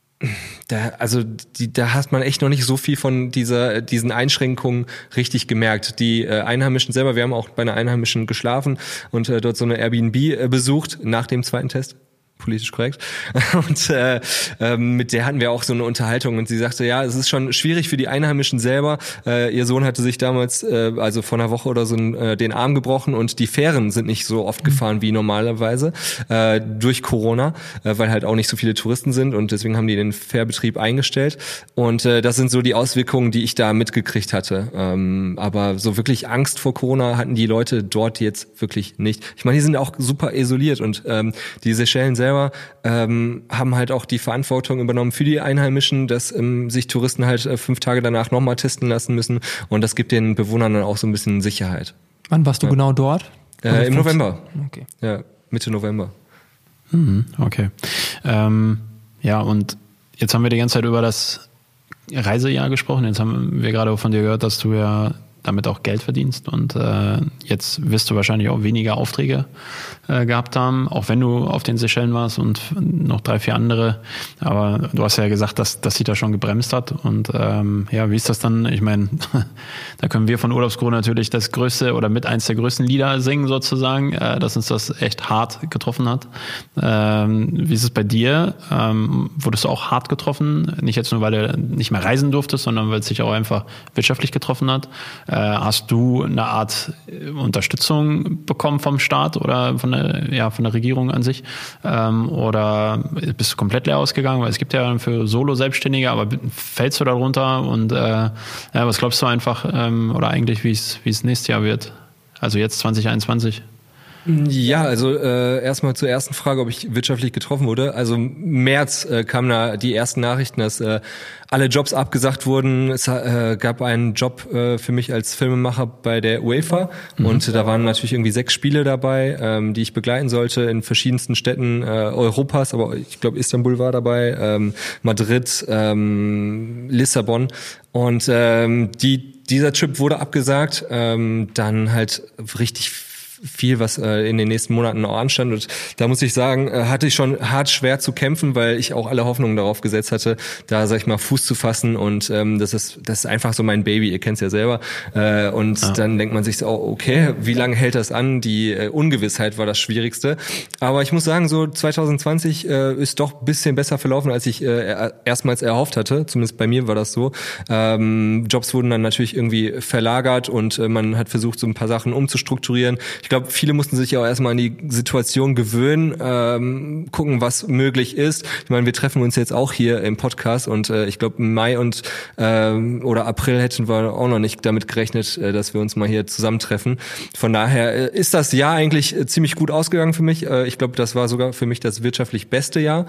Da, also die, da hat man echt noch nicht so viel von dieser diesen Einschränkungen richtig gemerkt. Die äh, Einheimischen selber, wir haben auch bei einer Einheimischen geschlafen und äh, dort so eine Airbnb äh, besucht nach dem zweiten Test. Politisch korrekt. Und äh, ähm, mit der hatten wir auch so eine Unterhaltung und sie sagte, ja, es ist schon schwierig für die Einheimischen selber. Äh, ihr Sohn hatte sich damals, äh, also vor einer Woche oder so, äh, den Arm gebrochen und die Fähren sind nicht so oft gefahren wie normalerweise äh, durch Corona, äh, weil halt auch nicht so viele Touristen sind und deswegen haben die den Fährbetrieb eingestellt. Und äh, das sind so die Auswirkungen, die ich da mitgekriegt hatte. Ähm, aber so wirklich Angst vor Corona hatten die Leute dort jetzt wirklich nicht. Ich meine, die sind auch super isoliert und ähm, die Seychellen selber ähm, haben halt auch die Verantwortung übernommen für die Einheimischen, dass ähm, sich Touristen halt äh, fünf Tage danach nochmal testen lassen müssen und das gibt den Bewohnern dann auch so ein bisschen Sicherheit. Wann warst du ja. genau dort? Äh, also Im November. Okay. Ja, Mitte November. Mhm, okay. Ähm, ja, und jetzt haben wir die ganze Zeit über das Reisejahr gesprochen. Jetzt haben wir gerade von dir gehört, dass du ja damit auch Geld verdienst und äh, jetzt wirst du wahrscheinlich auch weniger Aufträge äh, gehabt haben, auch wenn du auf den Seychellen warst und noch drei, vier andere, aber du hast ja gesagt, dass, dass sie da schon gebremst hat und ähm, ja, wie ist das dann? Ich meine, da können wir von Urlaubsguru natürlich das größte oder mit eins der größten Lieder singen sozusagen, äh, dass uns das echt hart getroffen hat. Ähm, wie ist es bei dir? Ähm, wurdest du auch hart getroffen? Nicht jetzt nur, weil du nicht mehr reisen durftest, sondern weil es sich auch einfach wirtschaftlich getroffen hat. Hast du eine Art Unterstützung bekommen vom Staat oder von der, ja, von der Regierung an sich? Ähm, oder bist du komplett leer ausgegangen? Weil es gibt ja für Solo-Selbstständige, aber fällst du da runter? Und äh, ja, was glaubst du einfach, ähm, oder eigentlich, wie es wie es nächstes Jahr wird? Also jetzt zwanzig einundzwanzig? Ja, also äh, erstmal zur ersten Frage, ob ich wirtschaftlich getroffen wurde. Also im März äh, kamen da die ersten Nachrichten, dass äh, alle Jobs abgesagt wurden. Es äh, gab einen Job äh, für mich als Filmemacher bei der UEFA mhm. und äh, da waren natürlich irgendwie sechs Spiele dabei, ähm, die ich begleiten sollte in verschiedensten Städten äh, Europas, aber ich glaube Istanbul war dabei, ähm, Madrid, ähm, Lissabon und ähm, die dieser Trip wurde abgesagt. Ähm, dann halt richtig viel, was äh, in den nächsten Monaten noch anstand. Und da muss ich sagen, äh, hatte ich schon hart schwer zu kämpfen, weil ich auch alle Hoffnungen darauf gesetzt hatte, da, sag ich mal, Fuß zu fassen. Und ähm, das ist das ist einfach so mein Baby, ihr kennt's ja selber. Äh, und ja. dann denkt man sich so, oh, okay, wie lange hält das an? Die äh, Ungewissheit war das Schwierigste. Aber ich muss sagen, so zwanzig zwanzig äh, ist doch ein bisschen besser verlaufen, als ich äh, erstmals erhofft hatte. Zumindest bei mir war das so. Ähm, Jobs wurden dann natürlich irgendwie verlagert und äh, man hat versucht, so ein paar Sachen umzustrukturieren. Ich glaube, viele mussten sich ja auch erstmal an die Situation gewöhnen, ähm, gucken, was möglich ist. Ich meine, wir treffen uns jetzt auch hier im Podcast und äh, ich glaube, im Mai und ähm, oder April hätten wir auch noch nicht damit gerechnet, äh, dass wir uns mal hier zusammentreffen. Von daher äh, ist das Jahr eigentlich äh, ziemlich gut ausgegangen für mich. Äh, ich glaube, das war sogar für mich das wirtschaftlich beste Jahr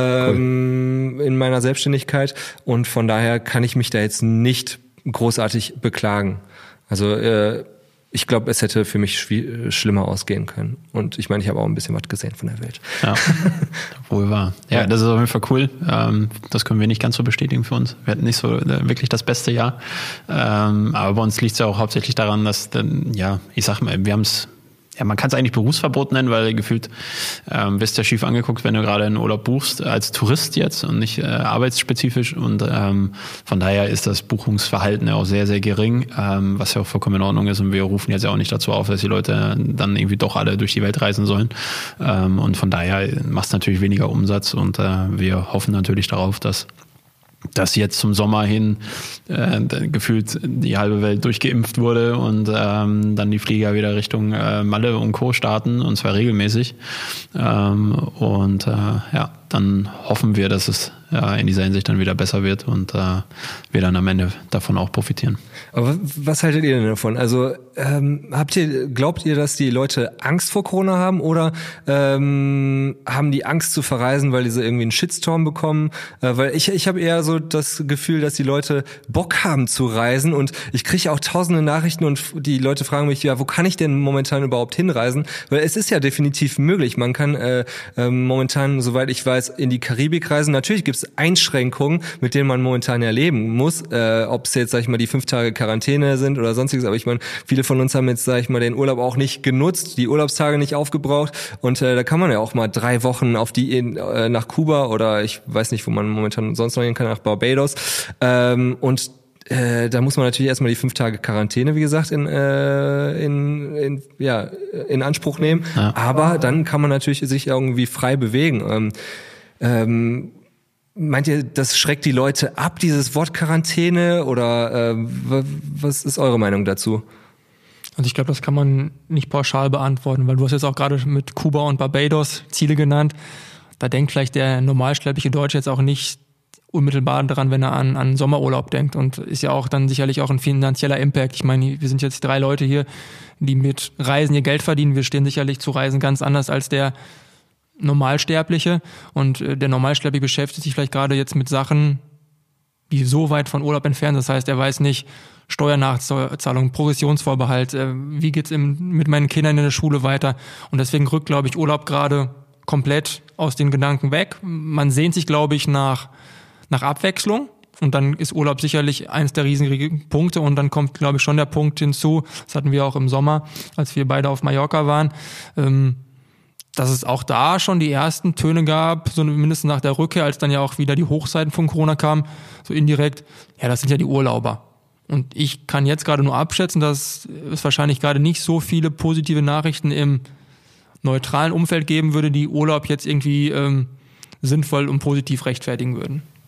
ähm, cool. in meiner Selbstständigkeit und von daher kann ich mich da jetzt nicht großartig beklagen. Also äh, ich glaube, es hätte für mich schwi- schlimmer ausgehen können. Und ich meine, ich habe auch ein bisschen was gesehen von der Welt. Ja, wohl wahr. Ja, das ist auf jeden Fall cool. Ähm, das können wir nicht ganz so bestätigen für uns. Wir hatten nicht so äh, wirklich das beste Jahr. Ähm, aber bei uns liegt es ja auch hauptsächlich daran, dass, dann, ja, ich sag mal, wir haben es, ja, man kann es eigentlich Berufsverbot nennen, weil gefühlt ähm, wirst du ja schief angeguckt, wenn du gerade einen Urlaub buchst, als Tourist jetzt und nicht äh, arbeitsspezifisch. Und ähm, von daher ist das Buchungsverhalten ja auch sehr, sehr gering, ähm, was ja auch vollkommen in Ordnung ist. Und wir rufen jetzt ja auch nicht dazu auf, dass die Leute dann irgendwie doch alle durch die Welt reisen sollen. Ähm, und von daher macht es natürlich weniger Umsatz. Und äh, wir hoffen natürlich darauf, dass dass jetzt zum Sommer hin äh, gefühlt die halbe Welt durchgeimpft wurde und ähm, dann die Flieger wieder Richtung äh, Malle und Co. starten, und zwar regelmäßig. Ähm, und äh, ja, dann hoffen wir, dass es ja, in dieser Hinsicht dann wieder besser wird und äh, wir dann am Ende davon auch profitieren. Aber was haltet ihr denn davon? Also ähm, habt ihr, glaubt ihr, dass die Leute Angst vor Corona haben oder ähm, haben die Angst zu verreisen, weil sie irgendwie einen Shitstorm bekommen? Äh, weil ich ich habe eher so das Gefühl, dass die Leute Bock haben zu reisen und ich kriege auch tausende Nachrichten und die Leute fragen mich, ja, wo kann ich denn momentan überhaupt hinreisen? Weil es ist ja definitiv möglich. Man kann äh, äh, momentan, soweit ich weiß, in die Karibik reisen. Natürlich gibt es Einschränkungen, mit denen man momentan ja leben muss, äh, ob es jetzt, sag ich mal, die fünf Tage Quarantäne sind oder sonstiges, aber ich meine, viele von uns haben jetzt, sag ich mal, den Urlaub auch nicht genutzt, die Urlaubstage nicht aufgebraucht und äh, da kann man ja auch mal drei Wochen auf die äh, nach Kuba oder ich weiß nicht, wo man momentan sonst noch hin kann, nach Barbados ähm, und Äh, da muss man natürlich erstmal die fünf Tage Quarantäne, wie gesagt, in, äh, in, in, ja, in Anspruch nehmen. Ja. Aber dann kann man natürlich sich irgendwie frei bewegen. Ähm, ähm, meint ihr, das schreckt die Leute ab, dieses Wort Quarantäne? Oder äh, was ist eure Meinung dazu? Also ich glaube, das kann man nicht pauschal beantworten, weil du hast jetzt auch gerade mit Kuba und Barbados Ziele genannt. Da denkt vielleicht der normalsterbliche Deutsche jetzt auch nicht unmittelbar daran, wenn er an, an Sommerurlaub denkt, und ist ja auch dann sicherlich auch ein finanzieller Impact. Ich meine, wir sind jetzt drei Leute hier, die mit Reisen ihr Geld verdienen. Wir stehen sicherlich zu Reisen ganz anders als der Normalsterbliche, und äh, der Normalsterbliche beschäftigt sich vielleicht gerade jetzt mit Sachen, die so weit von Urlaub entfernt sind. Das heißt, er weiß nicht, Steuernachzahlung, Progressionsvorbehalt, äh, wie geht's im, mit meinen Kindern in der Schule weiter, und deswegen rückt, glaube ich, Urlaub gerade komplett aus den Gedanken weg. Man sehnt sich, glaube ich, nach nach Abwechslung, und dann ist Urlaub sicherlich eines der riesigen Punkte, und dann kommt, glaube ich, schon der Punkt hinzu, das hatten wir auch im Sommer, als wir beide auf Mallorca waren, ähm, dass es auch da schon die ersten Töne gab, so mindestens nach der Rückkehr, als dann ja auch wieder die Hochzeiten von Corona kamen, so indirekt, ja, das sind ja die Urlauber. Und ich kann jetzt gerade nur abschätzen, dass es wahrscheinlich gerade nicht so viele positive Nachrichten im neutralen Umfeld geben würde, die Urlaub jetzt irgendwie ähm, sinnvoll und positiv rechtfertigen würden.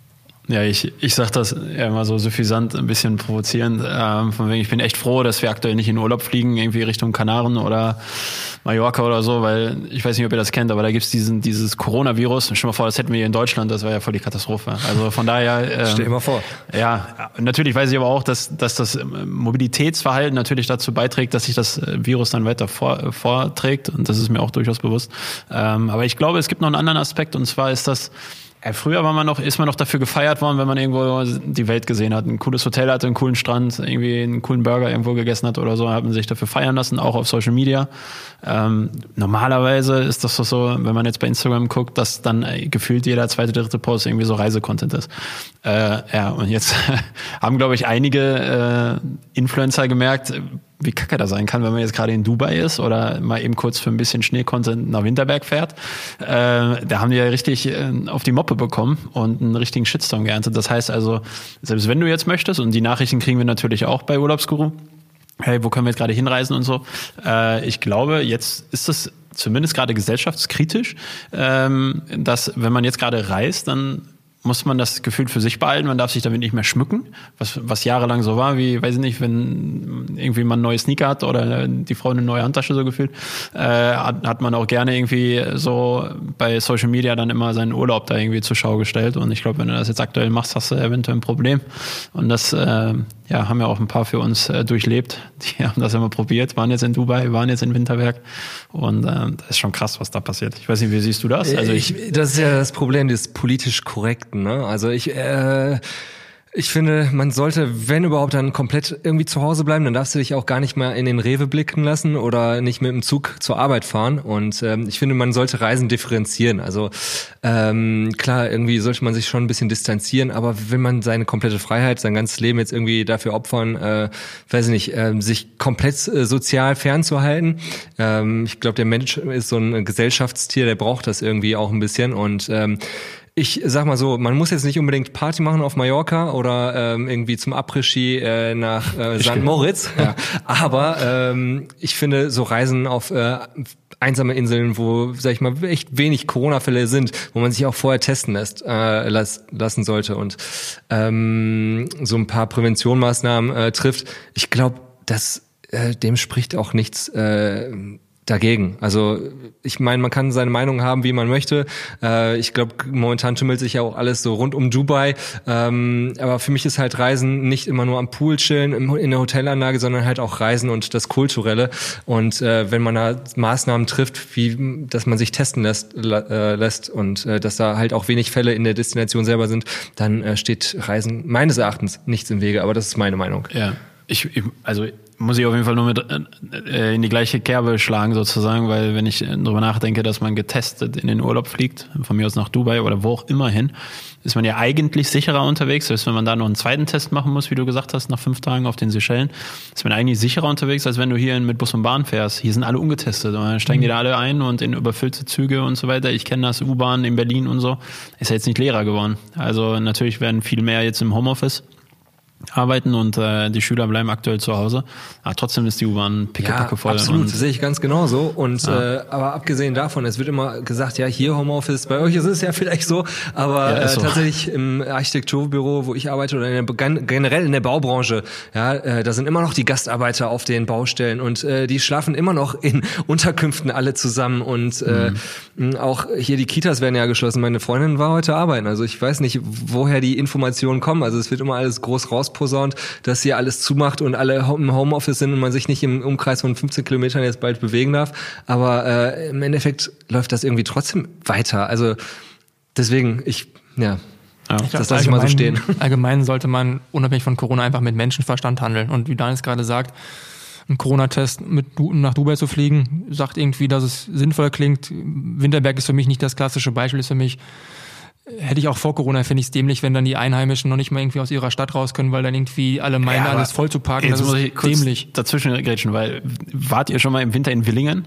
Ja, ich, ich sag das ja immer so suffisant, ein bisschen provozierend. Ähm, von wegen, ich bin echt froh, dass wir aktuell nicht in Urlaub fliegen, irgendwie Richtung Kanaren oder Mallorca oder so, weil ich weiß nicht, ob ihr das kennt, aber da gibt's diesen dieses Coronavirus. Stell dir mal vor, das hätten wir hier in Deutschland, das wäre ja voll die Katastrophe. Also von daher. Ähm, Stell dir mal vor. Ja, natürlich weiß ich aber auch, dass, dass das Mobilitätsverhalten natürlich dazu beiträgt, dass sich das Virus dann weiter vor, vorträgt, und das ist mir auch durchaus bewusst. Ähm, aber ich glaube, es gibt noch einen anderen Aspekt, und zwar ist das, ja, früher war man noch, ist man noch dafür gefeiert worden, wenn man irgendwo die Welt gesehen hat, ein cooles Hotel hatte, einen coolen Strand, irgendwie einen coolen Burger irgendwo gegessen hat oder so, hat man sich dafür feiern lassen, auch auf Social Media. Ähm, normalerweise ist das so, wenn man jetzt bei Instagram guckt, dass dann gefühlt jeder zweite, dritte Post irgendwie so Reisecontent ist. Äh, ja, und jetzt haben, glaube ich, einige äh, Influencer gemerkt, wie kacke das sein kann, wenn man jetzt gerade in Dubai ist oder mal eben kurz für ein bisschen Schneecontent nach Winterberg fährt. Äh, da haben die ja richtig äh, auf die Moppe bekommen und einen richtigen Shitstorm geerntet. Das heißt also, selbst wenn du jetzt möchtest, und die Nachrichten kriegen wir natürlich auch bei Urlaubsguru, hey, wo können wir jetzt gerade hinreisen und so. Äh, ich glaube, jetzt ist es zumindest gerade gesellschaftskritisch, ähm, dass wenn man jetzt gerade reist, dann muss man das Gefühl für sich behalten, man darf sich damit nicht mehr schmücken, was, was jahrelang so war, wie, weiß ich nicht, wenn irgendwie man neue Sneaker hat oder die Frau eine neue Handtasche so gefühlt, äh, hat, hat man auch gerne irgendwie so bei Social Media dann immer seinen Urlaub da irgendwie zur Schau gestellt, und ich glaube, wenn du das jetzt aktuell machst, hast du eventuell ein Problem, und das äh, ja, haben ja auch ein paar für uns äh, durchlebt, die haben das immer probiert, waren jetzt in Dubai, waren jetzt in Winterberg, und äh, das ist schon krass, was da passiert. Ich weiß nicht, wie siehst du das? Also ich, ich, das ist ja das Problem des politisch Korrekten, ne? Also ich, äh, ich finde, man sollte, wenn überhaupt, dann komplett irgendwie zu Hause bleiben. Dann darfst du dich auch gar nicht mehr in den Rewe blicken lassen oder nicht mit dem Zug zur Arbeit fahren. Und ähm, ich finde, man sollte Reisen differenzieren. Also ähm, klar, irgendwie sollte man sich schon ein bisschen distanzieren, aber wenn man seine komplette Freiheit, sein ganzes Leben jetzt irgendwie dafür opfern, äh, weiß ich nicht, äh, sich komplett äh, sozial fernzuhalten. Ähm, ich glaube, der Mensch ist so ein Gesellschaftstier, der braucht das irgendwie auch ein bisschen, und ähm, ich sag mal so, man muss jetzt nicht unbedingt Party machen auf Mallorca oder ähm, irgendwie zum Après-Ski äh, nach äh, Sankt Moritz, ja. aber ähm, ich finde, so Reisen auf äh, einsame Inseln, wo, sag ich mal, echt wenig Corona-Fälle sind, wo man sich auch vorher testen lässt, äh, las, lassen sollte und ähm, so ein paar Präventionsmaßnahmen äh, trifft, ich glaube, dass äh, dem spricht auch nichts äh, dagegen. Also ich meine, man kann seine Meinung haben, wie man möchte. Äh, ich glaube, momentan tümmelt sich ja auch alles so rund um Dubai. Ähm, aber für mich ist halt Reisen nicht immer nur am Pool chillen im, in der Hotelanlage, sondern halt auch Reisen und das Kulturelle. Und äh, wenn man da Maßnahmen trifft, wie dass man sich testen lässt, äh, lässt und äh, dass da halt auch wenig Fälle in der Destination selber sind, dann äh, steht Reisen meines Erachtens nichts im Wege. Aber das ist meine Meinung. Ja, ich, ich also muss ich auf jeden Fall nur mit äh, in die gleiche Kerbe schlagen sozusagen, weil wenn ich darüber nachdenke, dass man getestet in den Urlaub fliegt, von mir aus nach Dubai oder wo auch immer hin, ist man ja eigentlich sicherer unterwegs, selbst wenn man da noch einen zweiten Test machen muss, wie du gesagt hast, nach fünf Tagen auf den Seychellen, ist man eigentlich sicherer unterwegs, als wenn du hier mit Bus und Bahn fährst. Hier sind alle ungetestet und dann steigen mhm. die da alle ein und in überfüllte Züge und so weiter. Ich kenne das, U-Bahn in Berlin und so, ist ja jetzt nicht leerer geworden. Also natürlich werden viel mehr jetzt im Homeoffice arbeiten und äh, die Schüler bleiben aktuell zu Hause. Aber trotzdem ist die U-Bahn pickepacke voll. Ja, absolut, und sehe ich ganz genauso. Und ja. äh, aber abgesehen davon, es wird immer gesagt, ja, hier Homeoffice, bei euch ist es ja vielleicht so, aber ja, äh, so. tatsächlich im Architekturbüro, wo ich arbeite, oder in der, generell in der Baubranche, ja, äh, da sind immer noch die Gastarbeiter auf den Baustellen und äh, die schlafen immer noch in Unterkünften alle zusammen und äh, mhm. auch hier die Kitas werden ja geschlossen. Meine Freundin war heute arbeiten, also ich weiß nicht, woher die Informationen kommen. Also es wird immer alles groß raus posaunt, dass hier alles zumacht und alle im Homeoffice sind und man sich nicht im Umkreis von fünfzehn Kilometern jetzt bald bewegen darf. Aber äh, im Endeffekt läuft das irgendwie trotzdem weiter. Also deswegen, ich, ja, ja ich das lasse ich mal so stehen. Allgemein sollte man unabhängig von Corona einfach mit Menschenverstand handeln. Und wie Daniel gerade sagt, ein Corona-Test mit nach Dubai zu fliegen, sagt irgendwie, dass es sinnvoll klingt. Winterberg ist für mich nicht das klassische Beispiel, ist für mich hätte ich auch vor Corona, finde ich es dämlich, wenn dann die Einheimischen noch nicht mal irgendwie aus ihrer Stadt raus können, weil dann irgendwie alle meinen, ja, alles voll zu parken. Jetzt das muss ist ich kurz dämlich. Dazwischen grätschen, weil wart ihr schon mal im Winter in Willingen?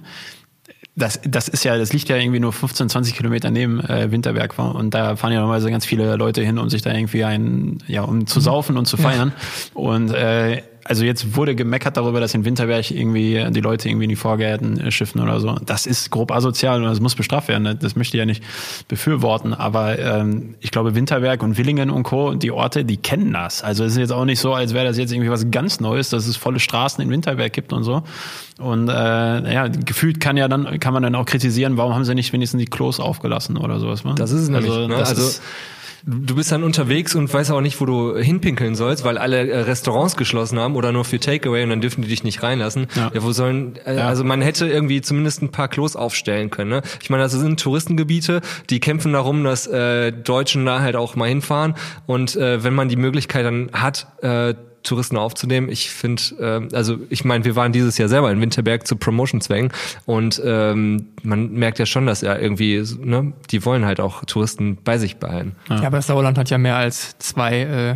Das, das ist ja, das liegt ja irgendwie nur fünfzehn, zwanzig Kilometer neben äh, Winterberg war und da fahren ja normalerweise ganz viele Leute hin, um sich da irgendwie ein, ja, um zu saufen und zu feiern. Ja. Und äh, also jetzt wurde gemeckert darüber, dass in Winterberg irgendwie die Leute irgendwie in die Vorgärten schiffen oder so. Das ist grob asozial und das muss bestraft werden. Das möchte ich ja nicht befürworten. Aber ähm, ich glaube, Winterberg und Villingen und Co., die Orte, die kennen das. Also es ist jetzt auch nicht so, als wäre das jetzt irgendwie was ganz Neues, dass es volle Straßen in Winterberg gibt und so. Und äh, ja, gefühlt kann ja dann kann man dann auch kritisieren, warum haben sie nicht wenigstens die Klos aufgelassen oder sowas. Ne? Das ist es nämlich. Also, ne? das also ist, du bist dann unterwegs und weißt auch nicht, wo du hinpinkeln sollst, weil alle äh, Restaurants geschlossen haben oder nur für Takeaway und dann dürfen die dich nicht reinlassen. Ja, ja wo sollen, äh, ja. also man hätte irgendwie zumindest ein paar Klos aufstellen können. Ne? Ich meine, das sind Touristengebiete, die kämpfen darum, dass äh, Deutschen da halt auch mal hinfahren und äh, wenn man die Möglichkeit dann hat, äh, Touristen aufzunehmen. Ich finde, äh, also ich meine, wir waren dieses Jahr selber in Winterberg zu Promotion-Zwängen und ähm, man merkt ja schon, dass ja irgendwie, ne, die wollen halt auch Touristen bei sich behalten. Ja, ja aber das Sauerland hat ja mehr als zwei äh,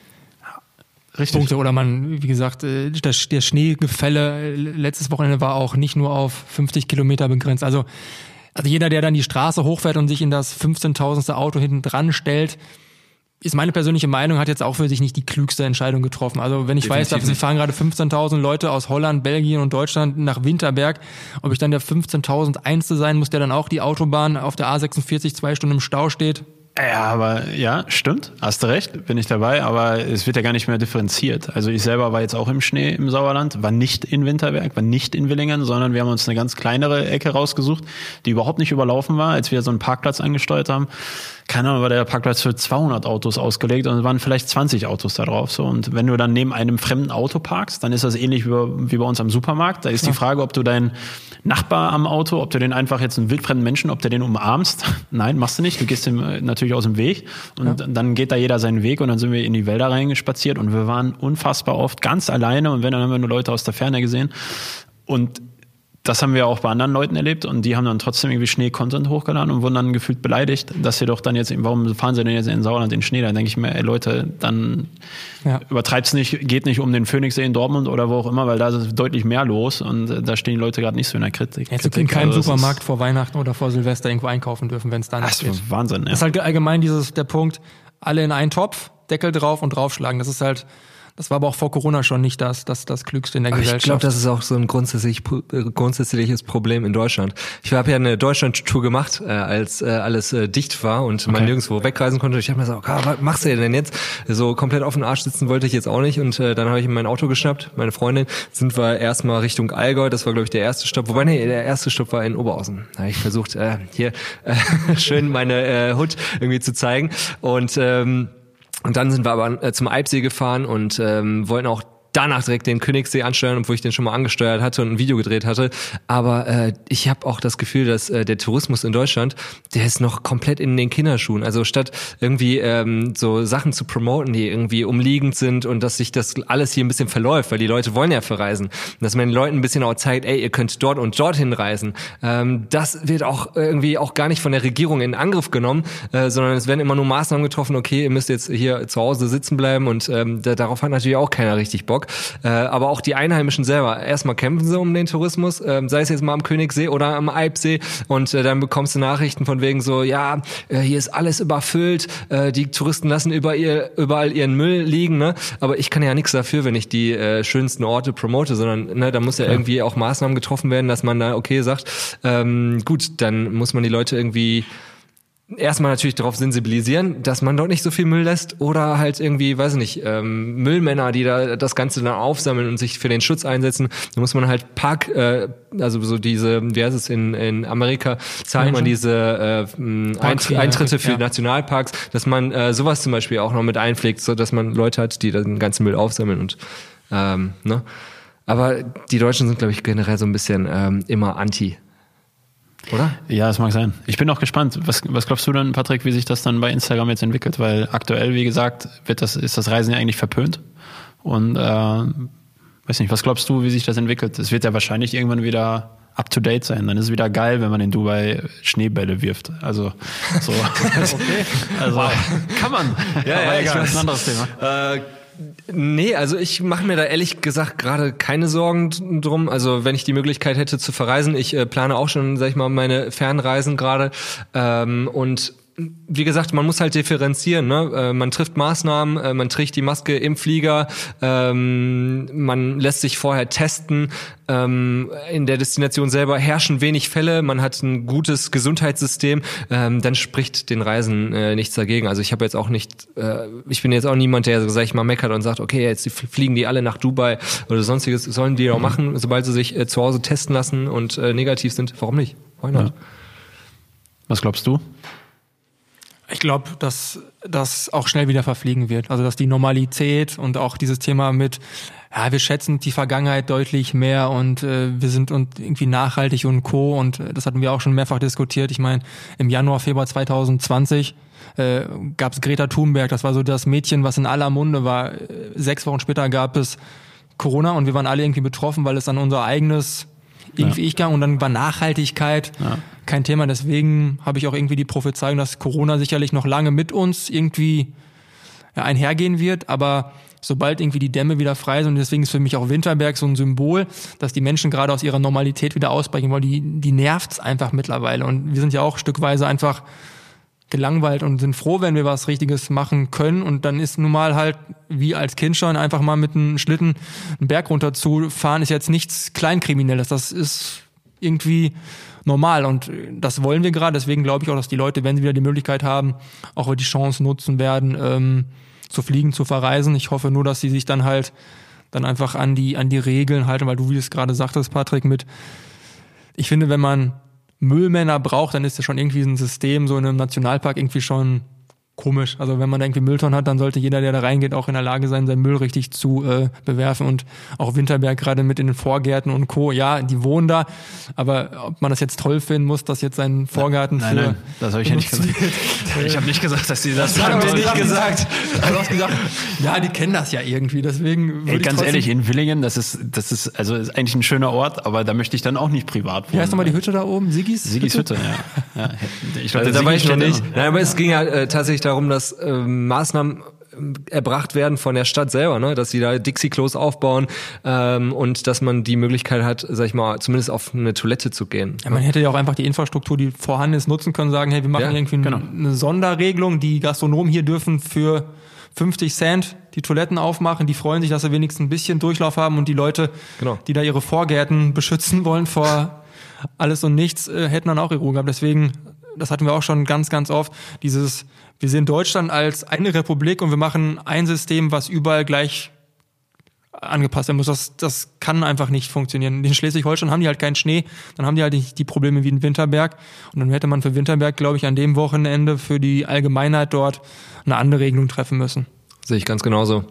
Richtig. Punkte oder man, wie gesagt, äh, das, der Schneegefälle letztes Wochenende war auch nicht nur auf fünfzig Kilometer begrenzt. Also, also jeder, der dann die Straße hochfährt und sich in das fünfzehntausendste Auto hinten dran stellt, ist meine persönliche Meinung, hat jetzt auch für sich nicht die klügste Entscheidung getroffen. Also wenn ich Definitiv weiß, dafür fahren gerade fünfzehntausend Leute aus Holland, Belgien und Deutschland nach Winterberg, ob ich dann der fünfzehntausend sein muss, der dann auch die Autobahn auf der A sechsundvierzig zwei Stunden im Stau steht. Ja, aber ja, stimmt, hast du recht, bin ich dabei, aber es wird ja gar nicht mehr differenziert. Also ich selber war jetzt auch im Schnee im Sauerland, war nicht in Winterberg, war nicht in Willingen, sondern wir haben uns eine ganz kleinere Ecke rausgesucht, die überhaupt nicht überlaufen war, als wir so einen Parkplatz angesteuert haben. Keine Ahnung, war der Parkplatz für zweihundert Autos ausgelegt und es waren vielleicht zwanzig Autos da drauf. So. Und wenn du dann neben einem fremden Auto parkst, dann ist das ähnlich wie, wie bei uns am Supermarkt. Da ist ja. die Frage, ob du deinen Nachbar am Auto, ob du den einfach jetzt einen wildfremden Menschen, ob du den umarmst. Nein, machst du nicht. Du gehst dem natürlich aus dem Weg und ja. dann geht da jeder seinen Weg und dann sind wir in die Wälder reingespaziert und wir waren unfassbar oft ganz alleine und wenn, dann haben wir nur Leute aus der Ferne gesehen. Und das haben wir auch bei anderen Leuten erlebt und die haben dann trotzdem irgendwie Schnee-Content hochgeladen und wurden dann gefühlt beleidigt, dass sie doch dann jetzt, warum fahren sie denn jetzt in Sauerland in Schnee? Da denke ich mir, ey Leute, dann ja. übertreibt's nicht, geht nicht um den Phoenixsee in Dortmund oder wo auch immer, weil da ist deutlich mehr los und da stehen die Leute gerade nicht so in der Kritik. Jetzt in keinem also Supermarkt vor Weihnachten oder vor Silvester irgendwo einkaufen dürfen, wenn es da nicht geht. Das ist Wahnsinn, ja. Das ist halt allgemein dieses, der Punkt, alle in einen Topf, Deckel drauf und draufschlagen. Das ist halt, das war aber auch vor Corona schon nicht das, das, das Klügste in der aber Gesellschaft. Ich glaube, das ist auch so ein grundsätzlich, grundsätzliches Problem in Deutschland. Ich habe ja eine Deutschland-Tour gemacht, äh, als äh, alles äh, dicht war und man okay. nirgendwo wegreisen konnte. Ich habe mir gesagt, okay, was machst du denn jetzt? So komplett auf den Arsch sitzen wollte ich jetzt auch nicht. Und äh, dann habe ich mein Auto geschnappt, meine Freundin, sind wir erstmal Richtung Allgäu. Das war, glaube ich, der erste Stopp. Wobei, nee, der erste Stopp war in Oberhausen. Da habe ich versucht, äh, hier äh, schön meine äh, Hood irgendwie zu zeigen. Und ähm, Und dann sind wir aber zum Eibsee gefahren und ähm, wollten auch danach direkt den Königssee ansteuern, obwohl ich den schon mal angesteuert hatte und ein Video gedreht hatte. Aber äh, ich habe auch das Gefühl, dass äh, der Tourismus in Deutschland, der ist noch komplett in den Kinderschuhen. Also statt irgendwie ähm, so Sachen zu promoten, die irgendwie umliegend sind und dass sich das alles hier ein bisschen verläuft, weil die Leute wollen ja verreisen. Und dass man den Leuten ein bisschen auch zeigt, ey, ihr könnt dort und dorthin reisen. Ähm, das wird auch irgendwie auch gar nicht von der Regierung in Angriff genommen, äh, sondern es werden immer nur Maßnahmen getroffen, okay, ihr müsst jetzt hier zu Hause sitzen bleiben und ähm, da, darauf hat natürlich auch keiner richtig Bock. Äh, aber auch die Einheimischen selber. Erstmal kämpfen sie um den Tourismus, äh, sei es jetzt mal am Königssee oder am Eibsee und äh, dann bekommst du Nachrichten von wegen so, ja, äh, hier ist alles überfüllt, äh, die Touristen lassen über ihr, überall ihren Müll liegen, ne? Aber ich kann ja nichts dafür, wenn ich die äh, schönsten Orte promote, sondern ne, da muss ja, ja irgendwie auch Maßnahmen getroffen werden, dass man da okay sagt, ähm, gut, dann muss man die Leute irgendwie erstmal natürlich darauf sensibilisieren, dass man dort nicht so viel Müll lässt oder halt irgendwie, weiß ich nicht, ähm, Müllmänner, die da das Ganze dann aufsammeln und sich für den Schutz einsetzen. Da muss man halt Park, äh, also so diese, wie heißt es in, in Amerika, zahlt man diese äh, Eintr- Eintritte für ja. Nationalparks, dass man äh, sowas zum Beispiel auch noch mit einpflegt, so dass man Leute hat, die den ganzen Müll aufsammeln und ähm, ne. Aber die Deutschen sind, glaube ich, generell so ein bisschen ähm, immer anti. Oder? Ja, das mag sein. Ich bin auch gespannt. Was, was glaubst du denn, Patrick, wie sich das dann bei Instagram jetzt entwickelt? Weil aktuell, wie gesagt, wird das, ist das Reisen ja eigentlich verpönt. Und äh, weiß nicht, was glaubst du, wie sich das entwickelt? Es wird ja wahrscheinlich irgendwann wieder up to date sein. Dann ist es wieder geil, wenn man in Dubai Schneebälle wirft. Also so. Okay. Also wow. Kann man. Ja, aber ja, egal, das ist ein anderes Thema. Äh, Nee, also ich mache mir da ehrlich gesagt gerade keine Sorgen drum. Also wenn ich die Möglichkeit hätte zu verreisen, ich äh, plane auch schon, sag ich mal, meine Fernreisen gerade. Ähm, und wie gesagt, man muss halt differenzieren. Ne? Äh, man trifft Maßnahmen, äh, man trägt die Maske im Flieger, ähm, man lässt sich vorher testen. Ähm, in der Destination selber herrschen wenig Fälle, man hat ein gutes Gesundheitssystem, ähm, dann spricht den Reisen äh, nichts dagegen. Also ich habe jetzt auch nicht, äh, ich bin jetzt auch niemand, der, sag ich mal, meckert und sagt, okay, jetzt fliegen die alle nach Dubai oder sonstiges. Sollen die auch mhm. machen, sobald sie sich äh, zu Hause testen lassen und äh, negativ sind. Warum nicht? Why not? Ja. Was glaubst du? Ich glaube, dass das auch schnell wieder verfliegen wird. Also dass die Normalität und auch dieses Thema mit, ja, wir schätzen die Vergangenheit deutlich mehr und äh, wir sind und irgendwie nachhaltig und Co. Und äh, das hatten wir auch schon mehrfach diskutiert. Ich meine, im Januar, Februar zwanzig zwanzig äh, gab es Greta Thunberg. Das war so das Mädchen, was in aller Munde war. Sechs Wochen später gab es Corona und wir waren alle irgendwie betroffen, weil es an unser eigenes irgendwie ja. ich gang und dann war Nachhaltigkeit ja. kein Thema. Deswegen habe ich auch irgendwie die Prophezeiung, dass Corona sicherlich noch lange mit uns irgendwie ja, einhergehen wird. Aber sobald irgendwie die Dämme wieder frei sind, und deswegen ist für mich auch Winterberg so ein Symbol, dass die Menschen gerade aus ihrer Normalität wieder ausbrechen wollen. Die, die nervt's einfach mittlerweile. Und wir sind ja auch stückweise einfach gelangweilt und sind froh, wenn wir was Richtiges machen können. Und dann ist nun mal halt, wie als Kind schon, einfach mal mit einem Schlitten einen Berg runter zu fahren, ist jetzt nichts Kleinkriminelles. Das ist irgendwie normal und das wollen wir gerade. Deswegen glaube ich auch, dass die Leute, wenn sie wieder die Möglichkeit haben, auch die Chance nutzen werden, ähm, zu fliegen, zu verreisen. Ich hoffe nur, dass sie sich dann halt dann einfach an die, an die Regeln halten, weil du, wie du es gerade sagtest, Patrick, mit, ich finde, wenn man Müllmänner braucht, dann ist ja schon irgendwie ein System so in einem Nationalpark irgendwie schon komisch. Also wenn man da irgendwie Mülltonnen hat, dann sollte jeder, der da reingeht, auch in der Lage sein, seinen Müll richtig zu äh, bewerfen. Und auch Winterberg gerade mit in den Vorgärten und Co. Ja, die wohnen da, aber ob man das jetzt toll finden muss, dass jetzt sein Vorgarten nein, für... Nein, nein, das habe ich ja nicht gesagt. Ich habe nicht gesagt, dass die das... Das haben wir nicht gesagt. Du hast gesagt, ja, die kennen das ja irgendwie, deswegen... Ey, ganz ehrlich, in Villingen, das ist, das ist, also ist eigentlich ein schöner Ort, aber da möchte ich dann auch nicht privat wohnen. Wie heißt nochmal die Hütte da oben? Siggis? Siggis Hütte, ja. ja. Ich glaub, also, da war ich noch nicht. Nein, aber es ging ja äh, tatsächlich darum, dass äh, Maßnahmen erbracht werden von der Stadt selber, ne, dass sie da Dixie-Klos aufbauen ähm, und dass man die Möglichkeit hat, sag ich mal, zumindest auf eine Toilette zu gehen. Ja, man hätte ja auch einfach die Infrastruktur, die vorhanden ist, nutzen können, sagen, hey, wir machen ja, irgendwie genau. eine Sonderregelung, die Gastronomen hier dürfen für fünfzig Cent die Toiletten aufmachen, die freuen sich, dass sie wenigstens ein bisschen Durchlauf haben und die Leute, genau. die da ihre Vorgärten beschützen wollen vor alles und nichts, äh, hätten dann auch ihre Ruhe gehabt. Deswegen, das hatten wir auch schon ganz, ganz oft, dieses, wir sehen Deutschland als eine Republik und wir machen ein System, was überall gleich angepasst werden muss. Das, das kann einfach nicht funktionieren. In Schleswig-Holstein haben die halt keinen Schnee, dann haben die halt nicht die Probleme wie in Winterberg. Und dann hätte man für Winterberg, glaube ich, an dem Wochenende für die Allgemeinheit dort eine andere Regelung treffen müssen. Sehe ich ganz genauso.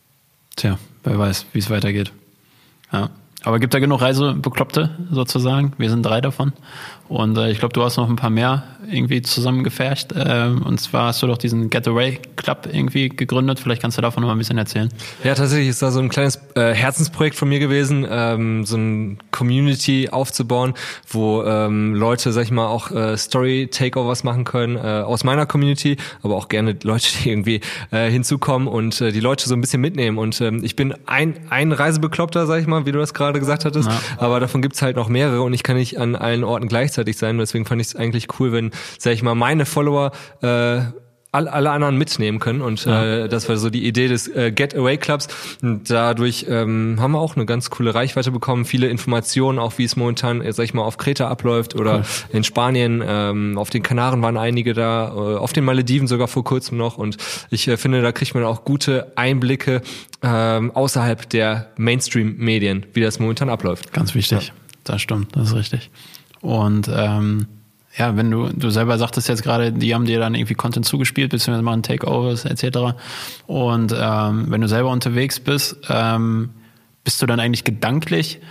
Tja, wer weiß, wie es weitergeht. Ja. Aber gibt da genug Reisebekloppte sozusagen? Wir sind drei davon. Und äh, ich glaube, du hast noch ein paar mehr irgendwie zusammengefärcht. Ähm, und zwar hast du doch diesen Getaway Club irgendwie gegründet. Vielleicht kannst du davon noch mal ein bisschen erzählen. Ja, tatsächlich ist da so ein kleines äh, Herzensprojekt von mir gewesen, ähm, so ein Community aufzubauen, wo ähm, Leute, sag ich mal, auch äh, Story-Takeovers machen können äh, aus meiner Community, aber auch gerne Leute, die irgendwie äh, hinzukommen und äh, die Leute so ein bisschen mitnehmen. Und ähm, ich bin ein, ein Reisebekloppter, sag ich mal, wie du das gerade gesagt hattest, ja. Aber davon gibt's halt noch mehrere und ich kann nicht an allen Orten gleichzeitig sein. Deswegen fand ich es eigentlich cool, wenn, sag ich mal, meine Follower äh, alle, alle anderen mitnehmen können und ja. äh, das war so die Idee des äh, Getaway Clubs und dadurch ähm, haben wir auch eine ganz coole Reichweite bekommen, viele Informationen, auch wie es momentan, sag ich mal, auf Kreta abläuft oder cool. In Spanien, ähm, auf den Kanaren waren einige da, äh, auf den Malediven sogar vor kurzem noch und ich äh, finde, da kriegt man auch gute Einblicke ähm, außerhalb der Mainstream-Medien, wie das momentan abläuft. Ganz wichtig, ja. Das stimmt, das ist richtig. Und ähm, ja, wenn du, du selber sagtest jetzt gerade, die haben dir dann irgendwie Content zugespielt, beziehungsweise machen Takeovers et cetera. Und ähm, wenn du selber unterwegs bist, ähm, bist du dann eigentlich gedanklich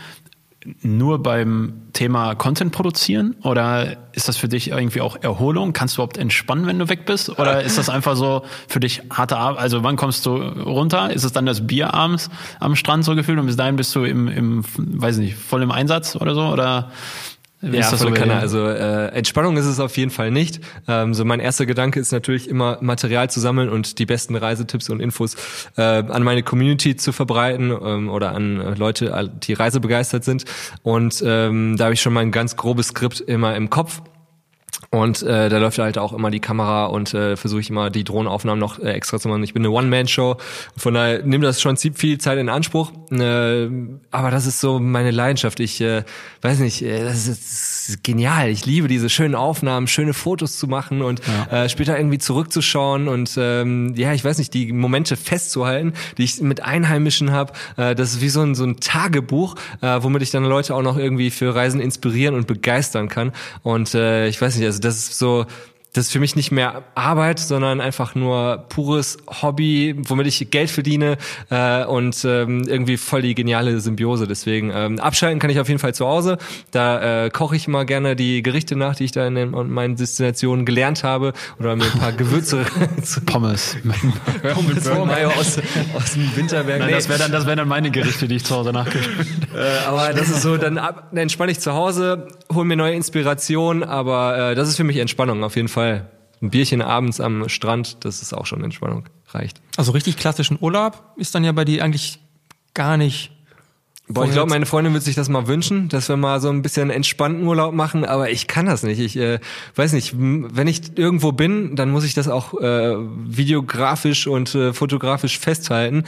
nur beim Thema Content produzieren oder ist das für dich irgendwie auch Erholung? Kannst du überhaupt entspannen, wenn du weg bist? Oder ist das einfach so für dich harte Arbeit? Also wann kommst du runter? Ist es dann das Bier abends am Strand so gefühlt und bis dahin bist du im, im weiß nicht, voll im Einsatz oder so? Oder ja, volle Kanne. Also äh, Entspannung ist es auf jeden Fall nicht. Ähm, so mein erster Gedanke ist natürlich immer Material zu sammeln und die besten Reisetipps und Infos äh, an meine Community zu verbreiten ähm, oder an äh, Leute, die reisebegeistert sind. Und ähm, da habe ich schon mal ein ganz grobes Skript immer im Kopf. Und äh, da läuft halt auch immer die Kamera und äh, versuche ich immer die Drohnenaufnahmen noch äh, extra zu machen. Ich bin eine One-Man-Show, von daher nimmt das schon viel Zeit in Anspruch. Äh, aber das ist so meine Leidenschaft. Ich äh, weiß nicht, äh, das, ist, das ist genial. Ich liebe diese schönen Aufnahmen, schöne Fotos zu machen und ja. äh, später irgendwie zurückzuschauen und ähm, ja, ich weiß nicht, die Momente festzuhalten, die ich mit Einheimischen habe. Äh, das ist wie so ein, so ein Tagebuch, äh, womit ich dann Leute auch noch irgendwie für Reisen inspirieren und begeistern kann. Und äh, ich weiß nicht, also das ist so, das ist für mich nicht mehr Arbeit, sondern einfach nur pures Hobby, womit ich Geld verdiene äh, und ähm, irgendwie voll die geniale Symbiose. Deswegen ähm, abschalten kann ich auf jeden Fall zu Hause. Da äh, koche ich immer gerne die Gerichte nach, die ich da in, den, in meinen Destinationen gelernt habe oder mir ein paar Gewürze Pommes. Pommes mit Mayo aus, aus dem Winterberg. Nein, nee. das wären dann, das wären dann meine Gerichte, die ich zu Hause nachkoche. äh, aber das ist so, dann, ab, dann entspanne ich zu Hause, hole mir neue Inspiration, aber äh, das ist für mich Entspannung auf jeden Fall. Ein Bierchen abends am Strand, das ist auch schon Entspannung, reicht. Also richtig klassischen Urlaub ist dann ja bei dir eigentlich gar nicht. Boah, ich glaube, meine Freundin würde sich das mal wünschen, dass wir mal so ein bisschen entspannten Urlaub machen, aber ich kann das nicht. Ich äh, weiß nicht, wenn ich irgendwo bin, dann muss ich das auch äh, videografisch und äh, fotografisch festhalten.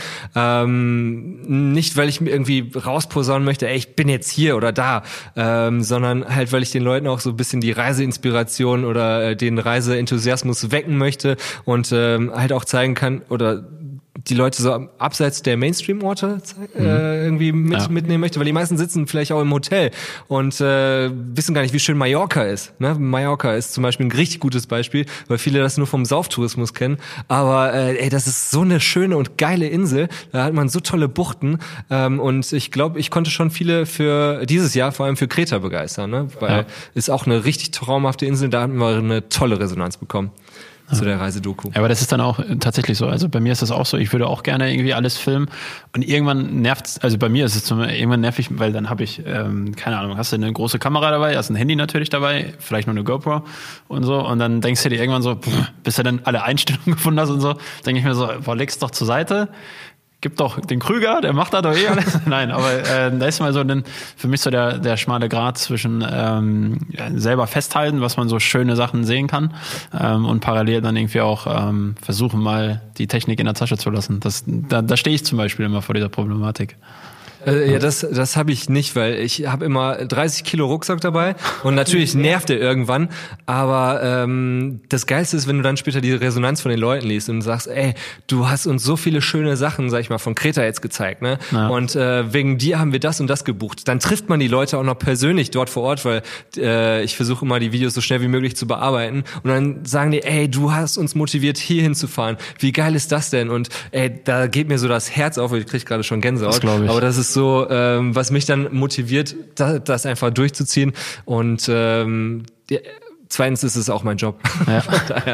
Ähm, nicht, weil ich mir irgendwie rausposaunen möchte, ey, ich bin jetzt hier oder da, ähm, sondern halt, weil ich den Leuten auch so ein bisschen die Reiseinspiration oder äh, den Reiseenthusiasmus wecken möchte und ähm, halt auch zeigen kann oder die Leute so abseits der Mainstream-Orte äh, irgendwie mit, ja. mitnehmen möchte, weil die meisten sitzen vielleicht auch im Hotel und äh, wissen gar nicht, wie schön Mallorca ist. Ne? Mallorca ist zum Beispiel ein richtig gutes Beispiel, weil viele das nur vom Sauftourismus kennen. Aber äh, ey, das ist so eine schöne und geile Insel. Da hat man so tolle Buchten ähm, und ich glaube, ich konnte schon viele für dieses Jahr vor allem für Kreta begeistern, ne? Weil ja. ist auch eine richtig traumhafte Insel. Da hatten wir eine tolle Resonanz bekommen. Zu der Reisedoku. Aber das ist dann auch tatsächlich so. Also bei mir ist das auch so. Ich würde auch gerne irgendwie alles filmen und irgendwann nervt's. Also bei mir ist es zum, irgendwann nervig, weil dann habe ich ähm, keine Ahnung. Hast du eine große Kamera dabei, hast ein Handy natürlich dabei, vielleicht nur eine GoPro und so. Und dann denkst du dir irgendwann so, pff, bis du dann alle Einstellungen gefunden hast und so, denke ich mir so, boah, leg's doch zur Seite. Gibt doch den Krüger, der macht da doch eh alles. Nein, aber äh, da ist mal so ein, für mich so der der schmale Grat zwischen ähm, selber festhalten, was man so schöne Sachen sehen kann ähm, und parallel dann irgendwie auch ähm, versuchen mal die Technik in der Tasche zu lassen. Das, da, da stehe ich zum Beispiel immer vor dieser Problematik. Äh, ja, das das habe ich nicht, weil ich habe immer dreißig Kilo Rucksack dabei und natürlich nervt der irgendwann, aber ähm, das Geilste ist, wenn du dann später die Resonanz von den Leuten liest und sagst, ey, du hast uns so viele schöne Sachen, sag ich mal, von Kreta jetzt gezeigt, ne? Ja. Und äh, wegen dir haben wir das und das gebucht. Dann trifft man die Leute auch noch persönlich dort vor Ort, weil äh, ich versuche immer die Videos so schnell wie möglich zu bearbeiten und dann sagen die, ey, du hast uns motiviert, hier hinzufahren. Wie geil ist das denn? Und ey, da geht mir so das Herz auf, ich krieg gerade schon Gänsehaut. Das glaube ich. Aber das ist so, ähm, was mich dann motiviert, das, das einfach durchzuziehen. Und ähm, die, zweitens ist es auch mein Job. Ja. Daher,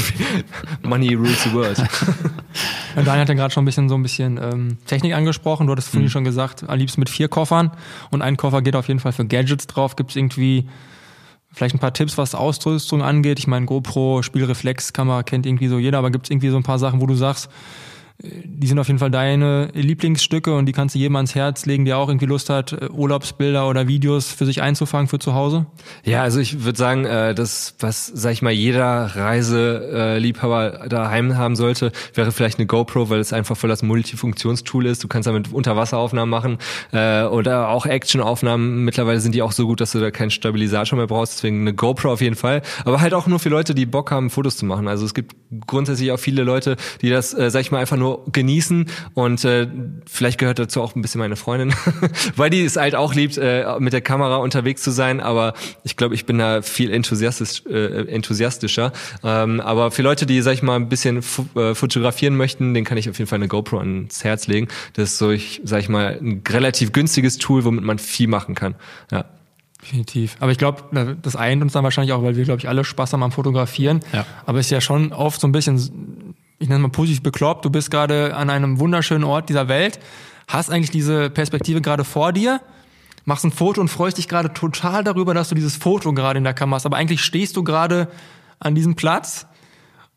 Money rules the world. Ja, Daniel hat ja gerade schon ein bisschen so ein bisschen ähm, Technik angesprochen. Du hattest vorhin mhm. schon gesagt, am liebsten mit vier Koffern. Und ein Koffer geht auf jeden Fall für Gadgets drauf. Gibt es irgendwie vielleicht ein paar Tipps, was Ausrüstung angeht? Ich meine, GoPro, Spielreflexkamera kennt irgendwie so jeder, aber gibt es irgendwie so ein paar Sachen, wo du sagst, die sind auf jeden Fall deine Lieblingsstücke und die kannst du jedem ans Herz legen, der auch irgendwie Lust hat, Urlaubsbilder oder Videos für sich einzufangen für zu Hause? Ja, also ich würde sagen, das, was, sag ich mal, jeder Reiseliebhaber daheim haben sollte, wäre vielleicht eine GoPro, weil es einfach voll das Multifunktionstool ist. Du kannst damit Unterwasseraufnahmen machen oder auch Actionaufnahmen. Mittlerweile sind die auch so gut, dass du da keinen Stabilisator mehr brauchst, deswegen eine GoPro auf jeden Fall. Aber halt auch nur für Leute, die Bock haben, Fotos zu machen. Also es gibt grundsätzlich auch viele Leute, die das, sag ich mal, einfach nur genießen und äh, vielleicht gehört dazu auch ein bisschen meine Freundin, weil die es halt auch liebt, äh, mit der Kamera unterwegs zu sein, aber ich glaube, ich bin da viel enthusiastisch, äh, enthusiastischer. Ähm, aber für Leute, die, sag ich mal, ein bisschen f- äh, fotografieren möchten, den kann ich auf jeden Fall eine GoPro ans Herz legen. Das ist so, ich, sag ich mal, ein relativ günstiges Tool, womit man viel machen kann. Ja. Definitiv. Aber ich glaube, das eint uns dann wahrscheinlich auch, weil wir, glaube ich, alle Spaß haben am Fotografieren. Ja. Aber es ist ja schon oft so ein bisschen, ich nenne es mal positiv bekloppt, du bist gerade an einem wunderschönen Ort dieser Welt, hast eigentlich diese Perspektive gerade vor dir, machst ein Foto und freust dich gerade total darüber, dass du dieses Foto gerade in der Kamera hast. Aber eigentlich stehst du gerade an diesem Platz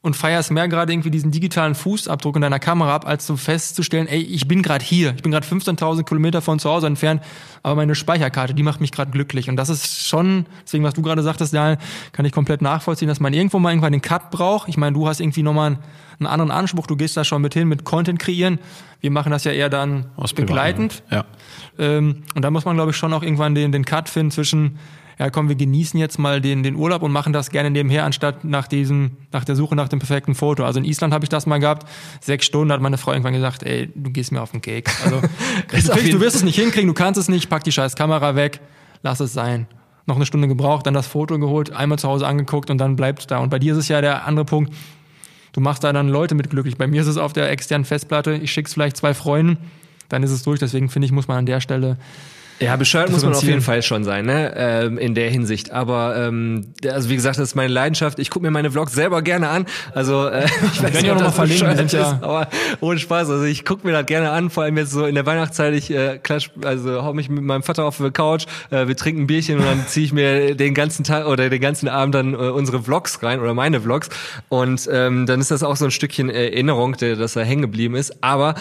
und feierst mehr gerade irgendwie diesen digitalen Fußabdruck in deiner Kamera ab, als so festzustellen, ey, ich bin gerade hier, ich bin gerade fünfzehntausend Kilometer von zu Hause entfernt, aber meine Speicherkarte, die macht mich gerade glücklich. Und das ist schon, deswegen, was du gerade sagtest, Daniel, kann ich komplett nachvollziehen, dass man irgendwo mal irgendwann den Cut braucht. Ich meine, du hast irgendwie nochmal einen, einen anderen Anspruch, du gehst da schon mit hin, mit Content kreieren. Wir machen das ja eher dann Aus begleitend. Ja. Ähm, und da muss man, glaube ich, schon auch irgendwann den, den Cut finden zwischen, ja komm, wir genießen jetzt mal den, den Urlaub und machen das gerne nebenher, anstatt nach diesem, nach der Suche nach dem perfekten Foto. Also in Island habe ich das mal gehabt, sechs Stunden, hat meine Frau irgendwann gesagt, ey, du gehst mir auf den Keks. Also du, kriegst, du wirst es nicht hinkriegen, du kannst es nicht, pack die scheiß Kamera weg, lass es sein. Noch eine Stunde gebraucht, dann das Foto geholt, einmal zu Hause angeguckt und dann bleibt es da. Und bei dir ist es ja der andere Punkt, du machst da dann Leute mit glücklich. Bei mir ist es auf der externen Festplatte, ich schick's vielleicht zwei Freunden, dann ist es durch. Deswegen finde ich, muss man an der Stelle Ja, bescheuert muss man auf jeden Fall schon sein, ne? Ähm, in der Hinsicht. Aber ähm, also wie gesagt, das ist meine Leidenschaft. Ich gucke mir meine Vlogs selber gerne an. Also äh, ich weiß nicht, ob das bescheuert ist, aber ohne Spaß. Also ich gucke mir das gerne an, vor allem jetzt so in der Weihnachtszeit. Ich äh, klatsch, also hau mich mit meinem Vater auf die Couch, äh, wir trinken ein Bierchen und dann ziehe ich mir den ganzen Tag oder den ganzen Abend dann äh, unsere Vlogs rein oder meine Vlogs. Und ähm, dann ist das auch so ein Stückchen Erinnerung, der, dass er hängen geblieben ist. Aber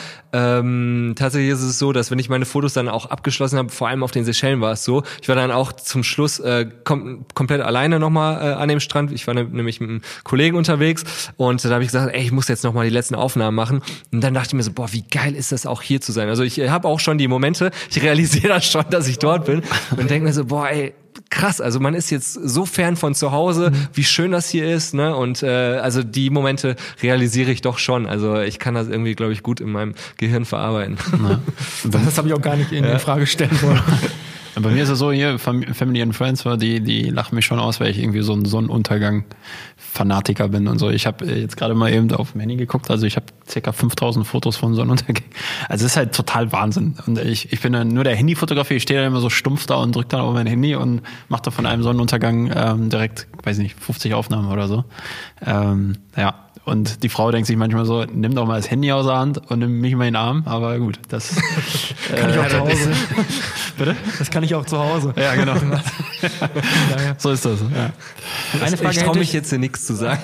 ähm, tatsächlich ist es so, dass wenn ich meine Fotos dann auch abgeschlossen habe, vor allem auf den Seychellen war es so, ich war dann auch zum Schluss äh, kom- komplett alleine nochmal äh, an dem Strand. Ich war ne- nämlich mit einem Kollegen unterwegs und da habe ich gesagt, ey, ich muss jetzt nochmal die letzten Aufnahmen machen. Und dann dachte ich mir so, boah, wie geil ist das auch hier zu sein. Also ich äh, habe auch schon die Momente, ich realisiere das schon, dass ich dort bin und denke mir so, boah, ey, krass, also man ist jetzt so fern von zu Hause, wie schön das hier ist, ne? Und äh, also die Momente realisiere ich doch schon. Also ich kann das irgendwie, glaube ich, gut in meinem Gehirn verarbeiten. Ja. Das, das habe ich auch gar nicht in ja. Frage stellen wollen. Bei mir ist es so, hier, Family and Friends, die, die lachen mich schon aus, weil ich irgendwie so ein Sonnenuntergang-Fanatiker bin und so. Ich habe jetzt gerade mal eben auf dem Handy geguckt, also ich habe ca. fünftausend Fotos von Sonnenuntergang. Also es ist halt total Wahnsinn. Und ich, ich bin dann nur der Handyfotografie, ich stehe da immer so stumpf da und drücke dann auf mein Handy und mache da von einem Sonnenuntergang ähm, direkt, weiß nicht, fünfzig Aufnahmen oder so. Ähm, ja. Und die Frau denkt sich manchmal so, nimm doch mal das Handy aus der Hand und nimm mich mal in den Arm. Aber gut, das kann äh, ich auch zu Hause. Bitte? Das kann ich auch zu Hause. Ja, genau. So ist das. Ja. Eine Frage, ich traue mich jetzt hier nichts zu sagen.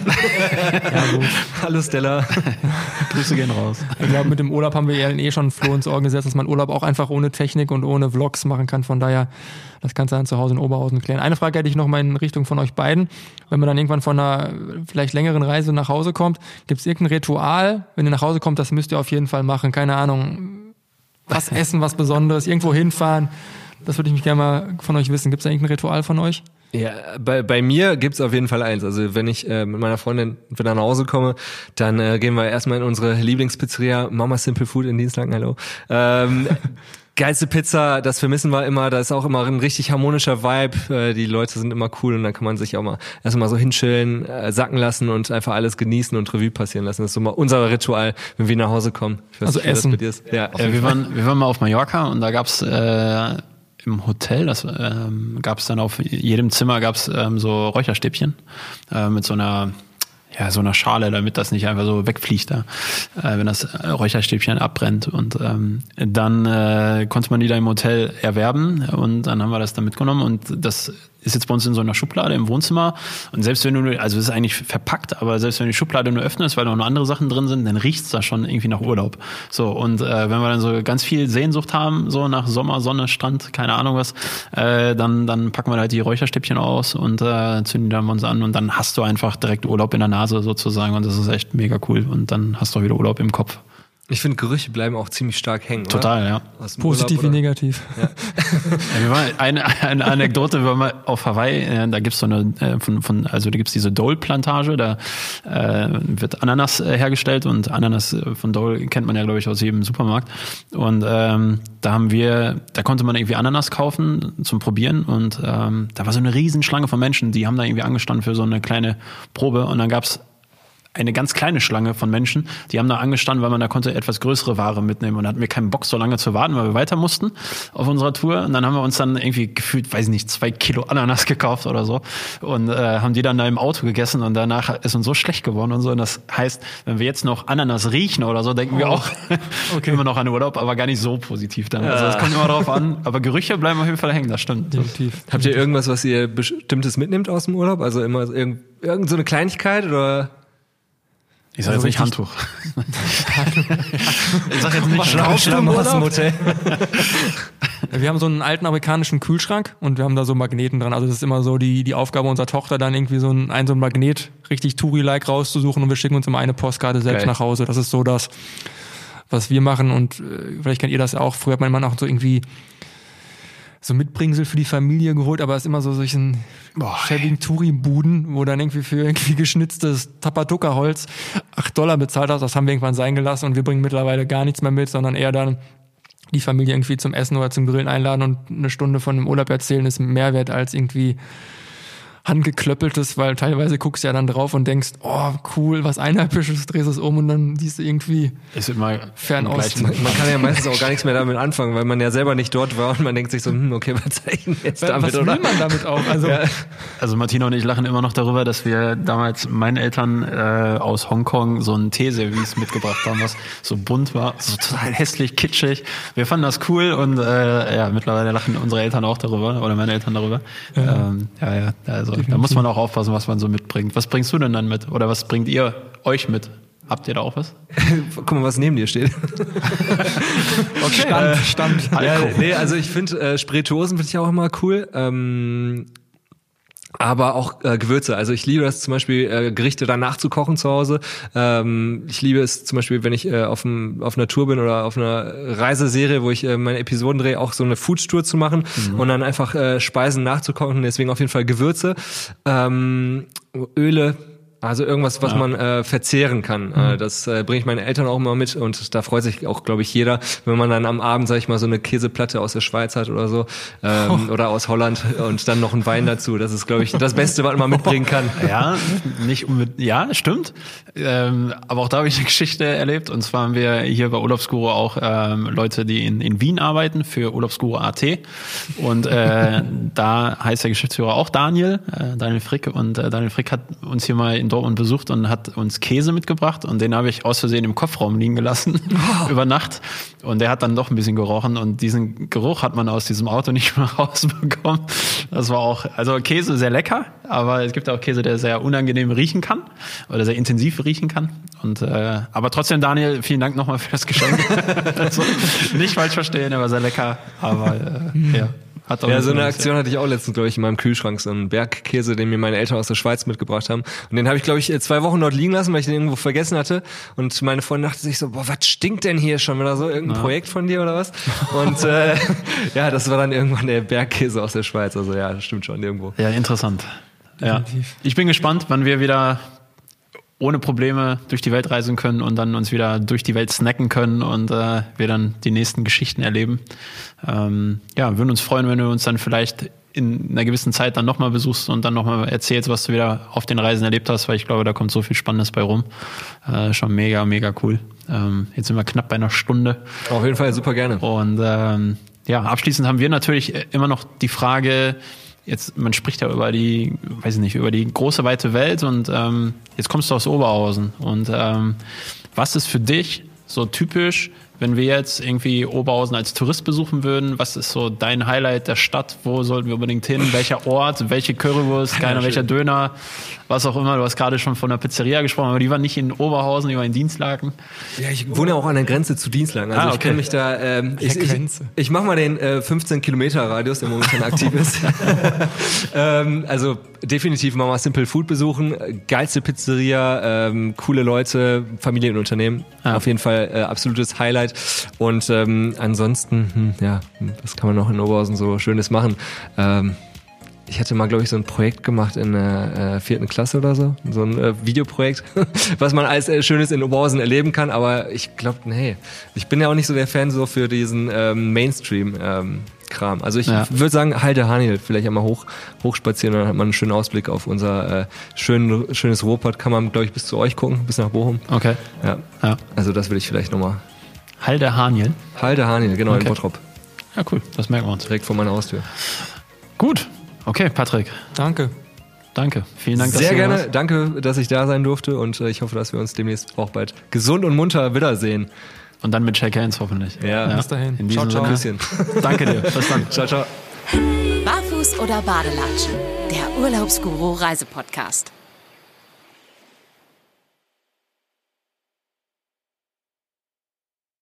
Ja, gut. Hallo Stella. Grüße gehen raus. Ich glaube, mit dem Urlaub haben wir eh schon Floh ins Ohr gesetzt, dass man Urlaub auch einfach ohne Technik und ohne Vlogs machen kann. Von daher, das kannst du dann zu Hause in Oberhausen klären. Eine Frage hätte ich noch mal in Richtung von euch beiden. Wenn man dann irgendwann von einer vielleicht längeren Reise nach Hause kommt, gibt es irgendein Ritual, wenn ihr nach Hause kommt, das müsst ihr auf jeden Fall machen. Keine Ahnung, was essen, was Besonderes, irgendwo hinfahren. Das würde ich mich gerne mal von euch wissen. Gibt es da irgendein Ritual von euch? Ja, bei, bei mir gibt's auf jeden Fall eins. Also wenn ich äh, mit meiner Freundin wieder nach Hause komme, dann äh, gehen wir erstmal in unsere Lieblingspizzeria, Mama Simple Food in Dienstlaken, hallo. Ähm, geilste Pizza, das vermissen wir immer, da ist auch immer ein richtig harmonischer Vibe, äh, die Leute sind immer cool und dann kann man sich auch mal erstmal so hinchillen, äh, sacken lassen und einfach alles genießen und Revue passieren lassen. Das ist so mal unser Ritual, wenn wir nach Hause kommen. Ich weiß also nicht, wie Essen. das bei dir ist. Ja, ja wir, waren, wir waren mal auf Mallorca und da gab's äh, im Hotel, das ähm, gab's dann auf jedem Zimmer gab's ähm, so Räucherstäbchen äh, mit so einer ja, so einer Schale, damit das nicht einfach so wegfliegt da, äh, wenn das Räucherstäbchen abbrennt. Und ähm, dann äh, konnte man die da im Hotel erwerben und dann haben wir das da mitgenommen und das ist jetzt bei uns in so einer Schublade im Wohnzimmer und selbst wenn du, also es ist eigentlich verpackt, aber selbst wenn du die Schublade nur öffnest, weil da noch andere Sachen drin sind, dann riecht's da schon irgendwie nach Urlaub. So, und äh, wenn wir dann so ganz viel Sehnsucht haben, so nach Sommer, Sonne, Strand, keine Ahnung was, äh, dann dann packen wir halt die Räucherstäbchen aus und äh, zünden die dann uns an und dann hast du einfach direkt Urlaub in der Nase sozusagen und das ist echt mega cool und dann hast du auch wieder Urlaub im Kopf. Ich finde, Gerüche bleiben auch ziemlich stark hängen, Total, oder? Ja. Positiv wie negativ. Ja. Ja, wir waren eine, eine Anekdote, wir waren mal auf Hawaii, da gibt's so eine, von, von, also da gibt's diese Dole-Plantage, da äh, wird Ananas äh, hergestellt und Ananas von Dole kennt man ja, glaube ich, aus jedem Supermarkt. Und ähm, da haben wir, da konnte man irgendwie Ananas kaufen zum Probieren und ähm, da war so eine Riesenschlange von Menschen, die haben da irgendwie angestanden für so eine kleine Probe und dann gab's eine ganz kleine Schlange von Menschen, die haben da angestanden, weil man da konnte etwas größere Ware mitnehmen und da hatten wir keinen Bock, so lange zu warten, weil wir weiter mussten auf unserer Tour und dann haben wir uns dann irgendwie gefühlt, weiß ich nicht, zwei Kilo Ananas gekauft oder so und äh, haben die dann da im Auto gegessen und danach ist uns so schlecht geworden und so und das heißt, wenn wir jetzt noch Ananas riechen oder so, denken oh. wir auch okay. immer noch an Urlaub, aber gar nicht so positiv dann. Ja. Also das kommt immer drauf an, aber Gerüche bleiben auf jeden Fall hängen, das stimmt. Definitiv. Habt ihr irgendwas, was ihr Bestimmtes mitnehmt aus dem Urlaub? Also immer irgend, irgend so eine Kleinigkeit oder... Ich sag Also jetzt nicht richtig- Handtuch. Ich sag jetzt nicht Schlafschlamm aus dem Hotel. Wir haben so einen alten amerikanischen Kühlschrank und wir haben da so Magneten dran. Also das ist immer so die, die Aufgabe unserer Tochter, dann irgendwie so ein, ein so ein Magnet richtig Touri-like rauszusuchen und wir schicken uns immer eine Postkarte selbst Geil. nach Hause. Das ist so das, was wir machen und äh, vielleicht kennt ihr das auch. Früher hat mein Mann auch so irgendwie so Mitbringsel für die Familie geholt, aber es ist immer so solchen schäbigen Touri-Buden, wo dann irgendwie für irgendwie geschnitztes Tapatuca-Holz acht Dollar bezahlt hast. Das haben wir irgendwann sein gelassen und wir bringen mittlerweile gar nichts mehr mit, sondern eher dann die Familie irgendwie zum Essen oder zum Grillen einladen und eine Stunde von dem Urlaub erzählen ist mehr wert als irgendwie handgeklöppeltes, weil teilweise guckst du ja dann drauf und denkst, oh cool, was Einheimisches, drehst es um und dann siehst du irgendwie Ist immer Fernost. Man, man kann ja meistens auch gar nichts mehr damit anfangen, weil man ja selber nicht dort war und man denkt sich so, hm, okay, was soll ich denn jetzt damit, was will oder? man damit auch? Also Ja. Also Martina und ich lachen immer noch darüber, dass wir damals meinen Eltern äh, aus Hongkong so ein Teeservice mitgebracht haben, was so bunt war, so total hässlich, kitschig. Wir fanden das cool und äh, ja, mittlerweile lachen unsere Eltern auch darüber oder meine Eltern darüber. Ja, ähm, ja, ja, also da muss man auch aufpassen, was man so mitbringt. Was bringst du denn dann mit? Oder was bringt ihr euch mit? Habt ihr da auch was? Guck mal, was neben dir steht. Okay. Stand, Stand. Ja, nee, also ich finde äh, Spirituosen finde ich auch immer cool. Ähm, aber auch äh, Gewürze. Also ich liebe das zum Beispiel, äh, Gerichte danach zu kochen zu Hause. Ähm, ich liebe es zum Beispiel, wenn ich äh, auf, dem, auf einer Tour bin oder auf einer Reiseserie, wo ich äh, meine Episoden drehe, auch so eine Foodtour zu machen mhm. und dann einfach äh, Speisen nachzukochen. Deswegen auf jeden Fall Gewürze, ähm, Öle. Also irgendwas, was ja. man äh, verzehren kann. Mhm. Äh, das äh, bringe ich meinen Eltern auch immer mit und da freut sich auch, glaube ich, jeder, wenn man dann am Abend, sag ich mal, so eine Käseplatte aus der Schweiz hat oder so ähm, oh. oder aus Holland und dann noch einen Wein dazu. Das ist, glaube ich, das Beste, was man mitbringen kann. Ja, nicht unbedingt. Ja, stimmt. Ähm, aber auch da habe ich eine Geschichte erlebt und zwar haben wir hier bei Urlaubsguru auch ähm, Leute, die in, in Wien arbeiten für Urlaubsguru Punkt A T und äh, da heißt der Geschäftsführer auch Daniel, äh, Daniel Frick und äh, Daniel Frick hat uns hier mal in Dortmund besucht und hat uns Käse mitgebracht und den habe ich aus Versehen im Kofferraum liegen gelassen oh. über Nacht und der hat dann doch ein bisschen gerochen und diesen Geruch hat man aus diesem Auto nicht mehr rausbekommen. Das war auch, also Käse sehr lecker, aber es gibt auch Käse, der sehr unangenehm riechen kann oder sehr intensiv riechen kann und äh, aber trotzdem Daniel, vielen Dank nochmal für das Geschenk. Also, nicht falsch verstehen, aber sehr lecker, aber äh, ja. Hat ja, so eine Aktion hatte ich auch letztens, glaube ich, in meinem Kühlschrank, so einen Bergkäse, den mir meine Eltern aus der Schweiz mitgebracht haben. Und den habe ich, glaube ich, zwei Wochen dort liegen lassen, weil ich den irgendwo vergessen hatte. Und meine Freundin dachte sich so, boah, was stinkt denn hier schon wieder so? Irgendein ja. Projekt von dir oder was? Und äh, ja, das war dann irgendwann der Bergkäse aus der Schweiz. Also ja, das stimmt schon irgendwo. Ja, interessant. Definitiv. Ja. Ich bin gespannt, wann wir wieder ohne Probleme durch die Welt reisen können und dann uns wieder durch die Welt snacken können und äh, wir dann die nächsten Geschichten erleben. Ähm, ja, würden uns freuen, wenn du uns dann vielleicht in einer gewissen Zeit dann nochmal besuchst und dann nochmal erzählst, was du wieder auf den Reisen erlebt hast, weil ich glaube, da kommt so viel Spannendes bei rum. Äh, schon mega, mega cool. Ähm, jetzt sind wir knapp bei einer Stunde. Auf jeden Fall, super gerne. Und ähm, ja, abschließend haben wir natürlich immer noch die Frage, jetzt, man spricht ja über die, weiß ich nicht, über die große, weite Welt und ähm, jetzt kommst du aus Oberhausen. Und ähm, was ist für dich so typisch, wenn wir jetzt irgendwie Oberhausen als Tourist besuchen würden? Was ist so dein Highlight der Stadt? Wo sollten wir unbedingt hin? Welcher Ort? Welche Currywurst? Keiner, ja, welcher Döner? Was auch immer. Du hast gerade schon von der Pizzeria gesprochen, aber die war nicht in Oberhausen, die war in Dienstlaken. Ja, ich wohne ja auch an der Grenze zu Dienstlaken. Also ah, okay. ich kenne mich da. Ähm, ich ich, ich mache mal den äh, fünfzehn Kilometer Radius, der momentan aktiv ist. ähm, also definitiv mal mal Simple Food besuchen. Geilste Pizzeria, ähm, coole Leute, Familienunternehmen. Ah. Auf jeden Fall äh, absolutes Highlight. Und ähm, ansonsten, hm, ja, was kann man noch in Oberhausen so Schönes machen? Ähm, Ich hatte mal, glaube ich, so ein Projekt gemacht in der äh, vierten Klasse oder so. So ein äh, Videoprojekt, was man als äh, Schönes in Oberhausen erleben kann. Aber ich glaube, nee, ich bin ja auch nicht so der Fan so für diesen ähm, Mainstream-Kram. Ähm, also ich ja. würde sagen, Halde Haniel, vielleicht einmal hoch, hochspazieren, dann hat man einen schönen Ausblick auf unser äh, schön, schönes Ruhrpott. Kann man, glaube ich, bis zu euch gucken, bis nach Bochum. Okay. Ja. ja. Also das will ich vielleicht nochmal. Halde Haniel? Halde Haniel, genau, okay. In Bottrop. Ja, cool, das merken wir uns. Direkt vor meiner Haustür. Gut. Okay, Patrick. Danke. Danke. Vielen Dank, dass Sehr du gerne. warst. Danke, dass ich da sein durfte und äh, ich hoffe, dass wir uns demnächst auch bald gesund und munter wiedersehen. Und dann mit Shake Hands hoffentlich. Ja. ja. Bis dahin. In diesem ciao, ciao. Sinne. Danke dir. Bis dann. Ciao, ciao. Barfuß oder Badelatschen? Der Urlaubsguru Reisepodcast.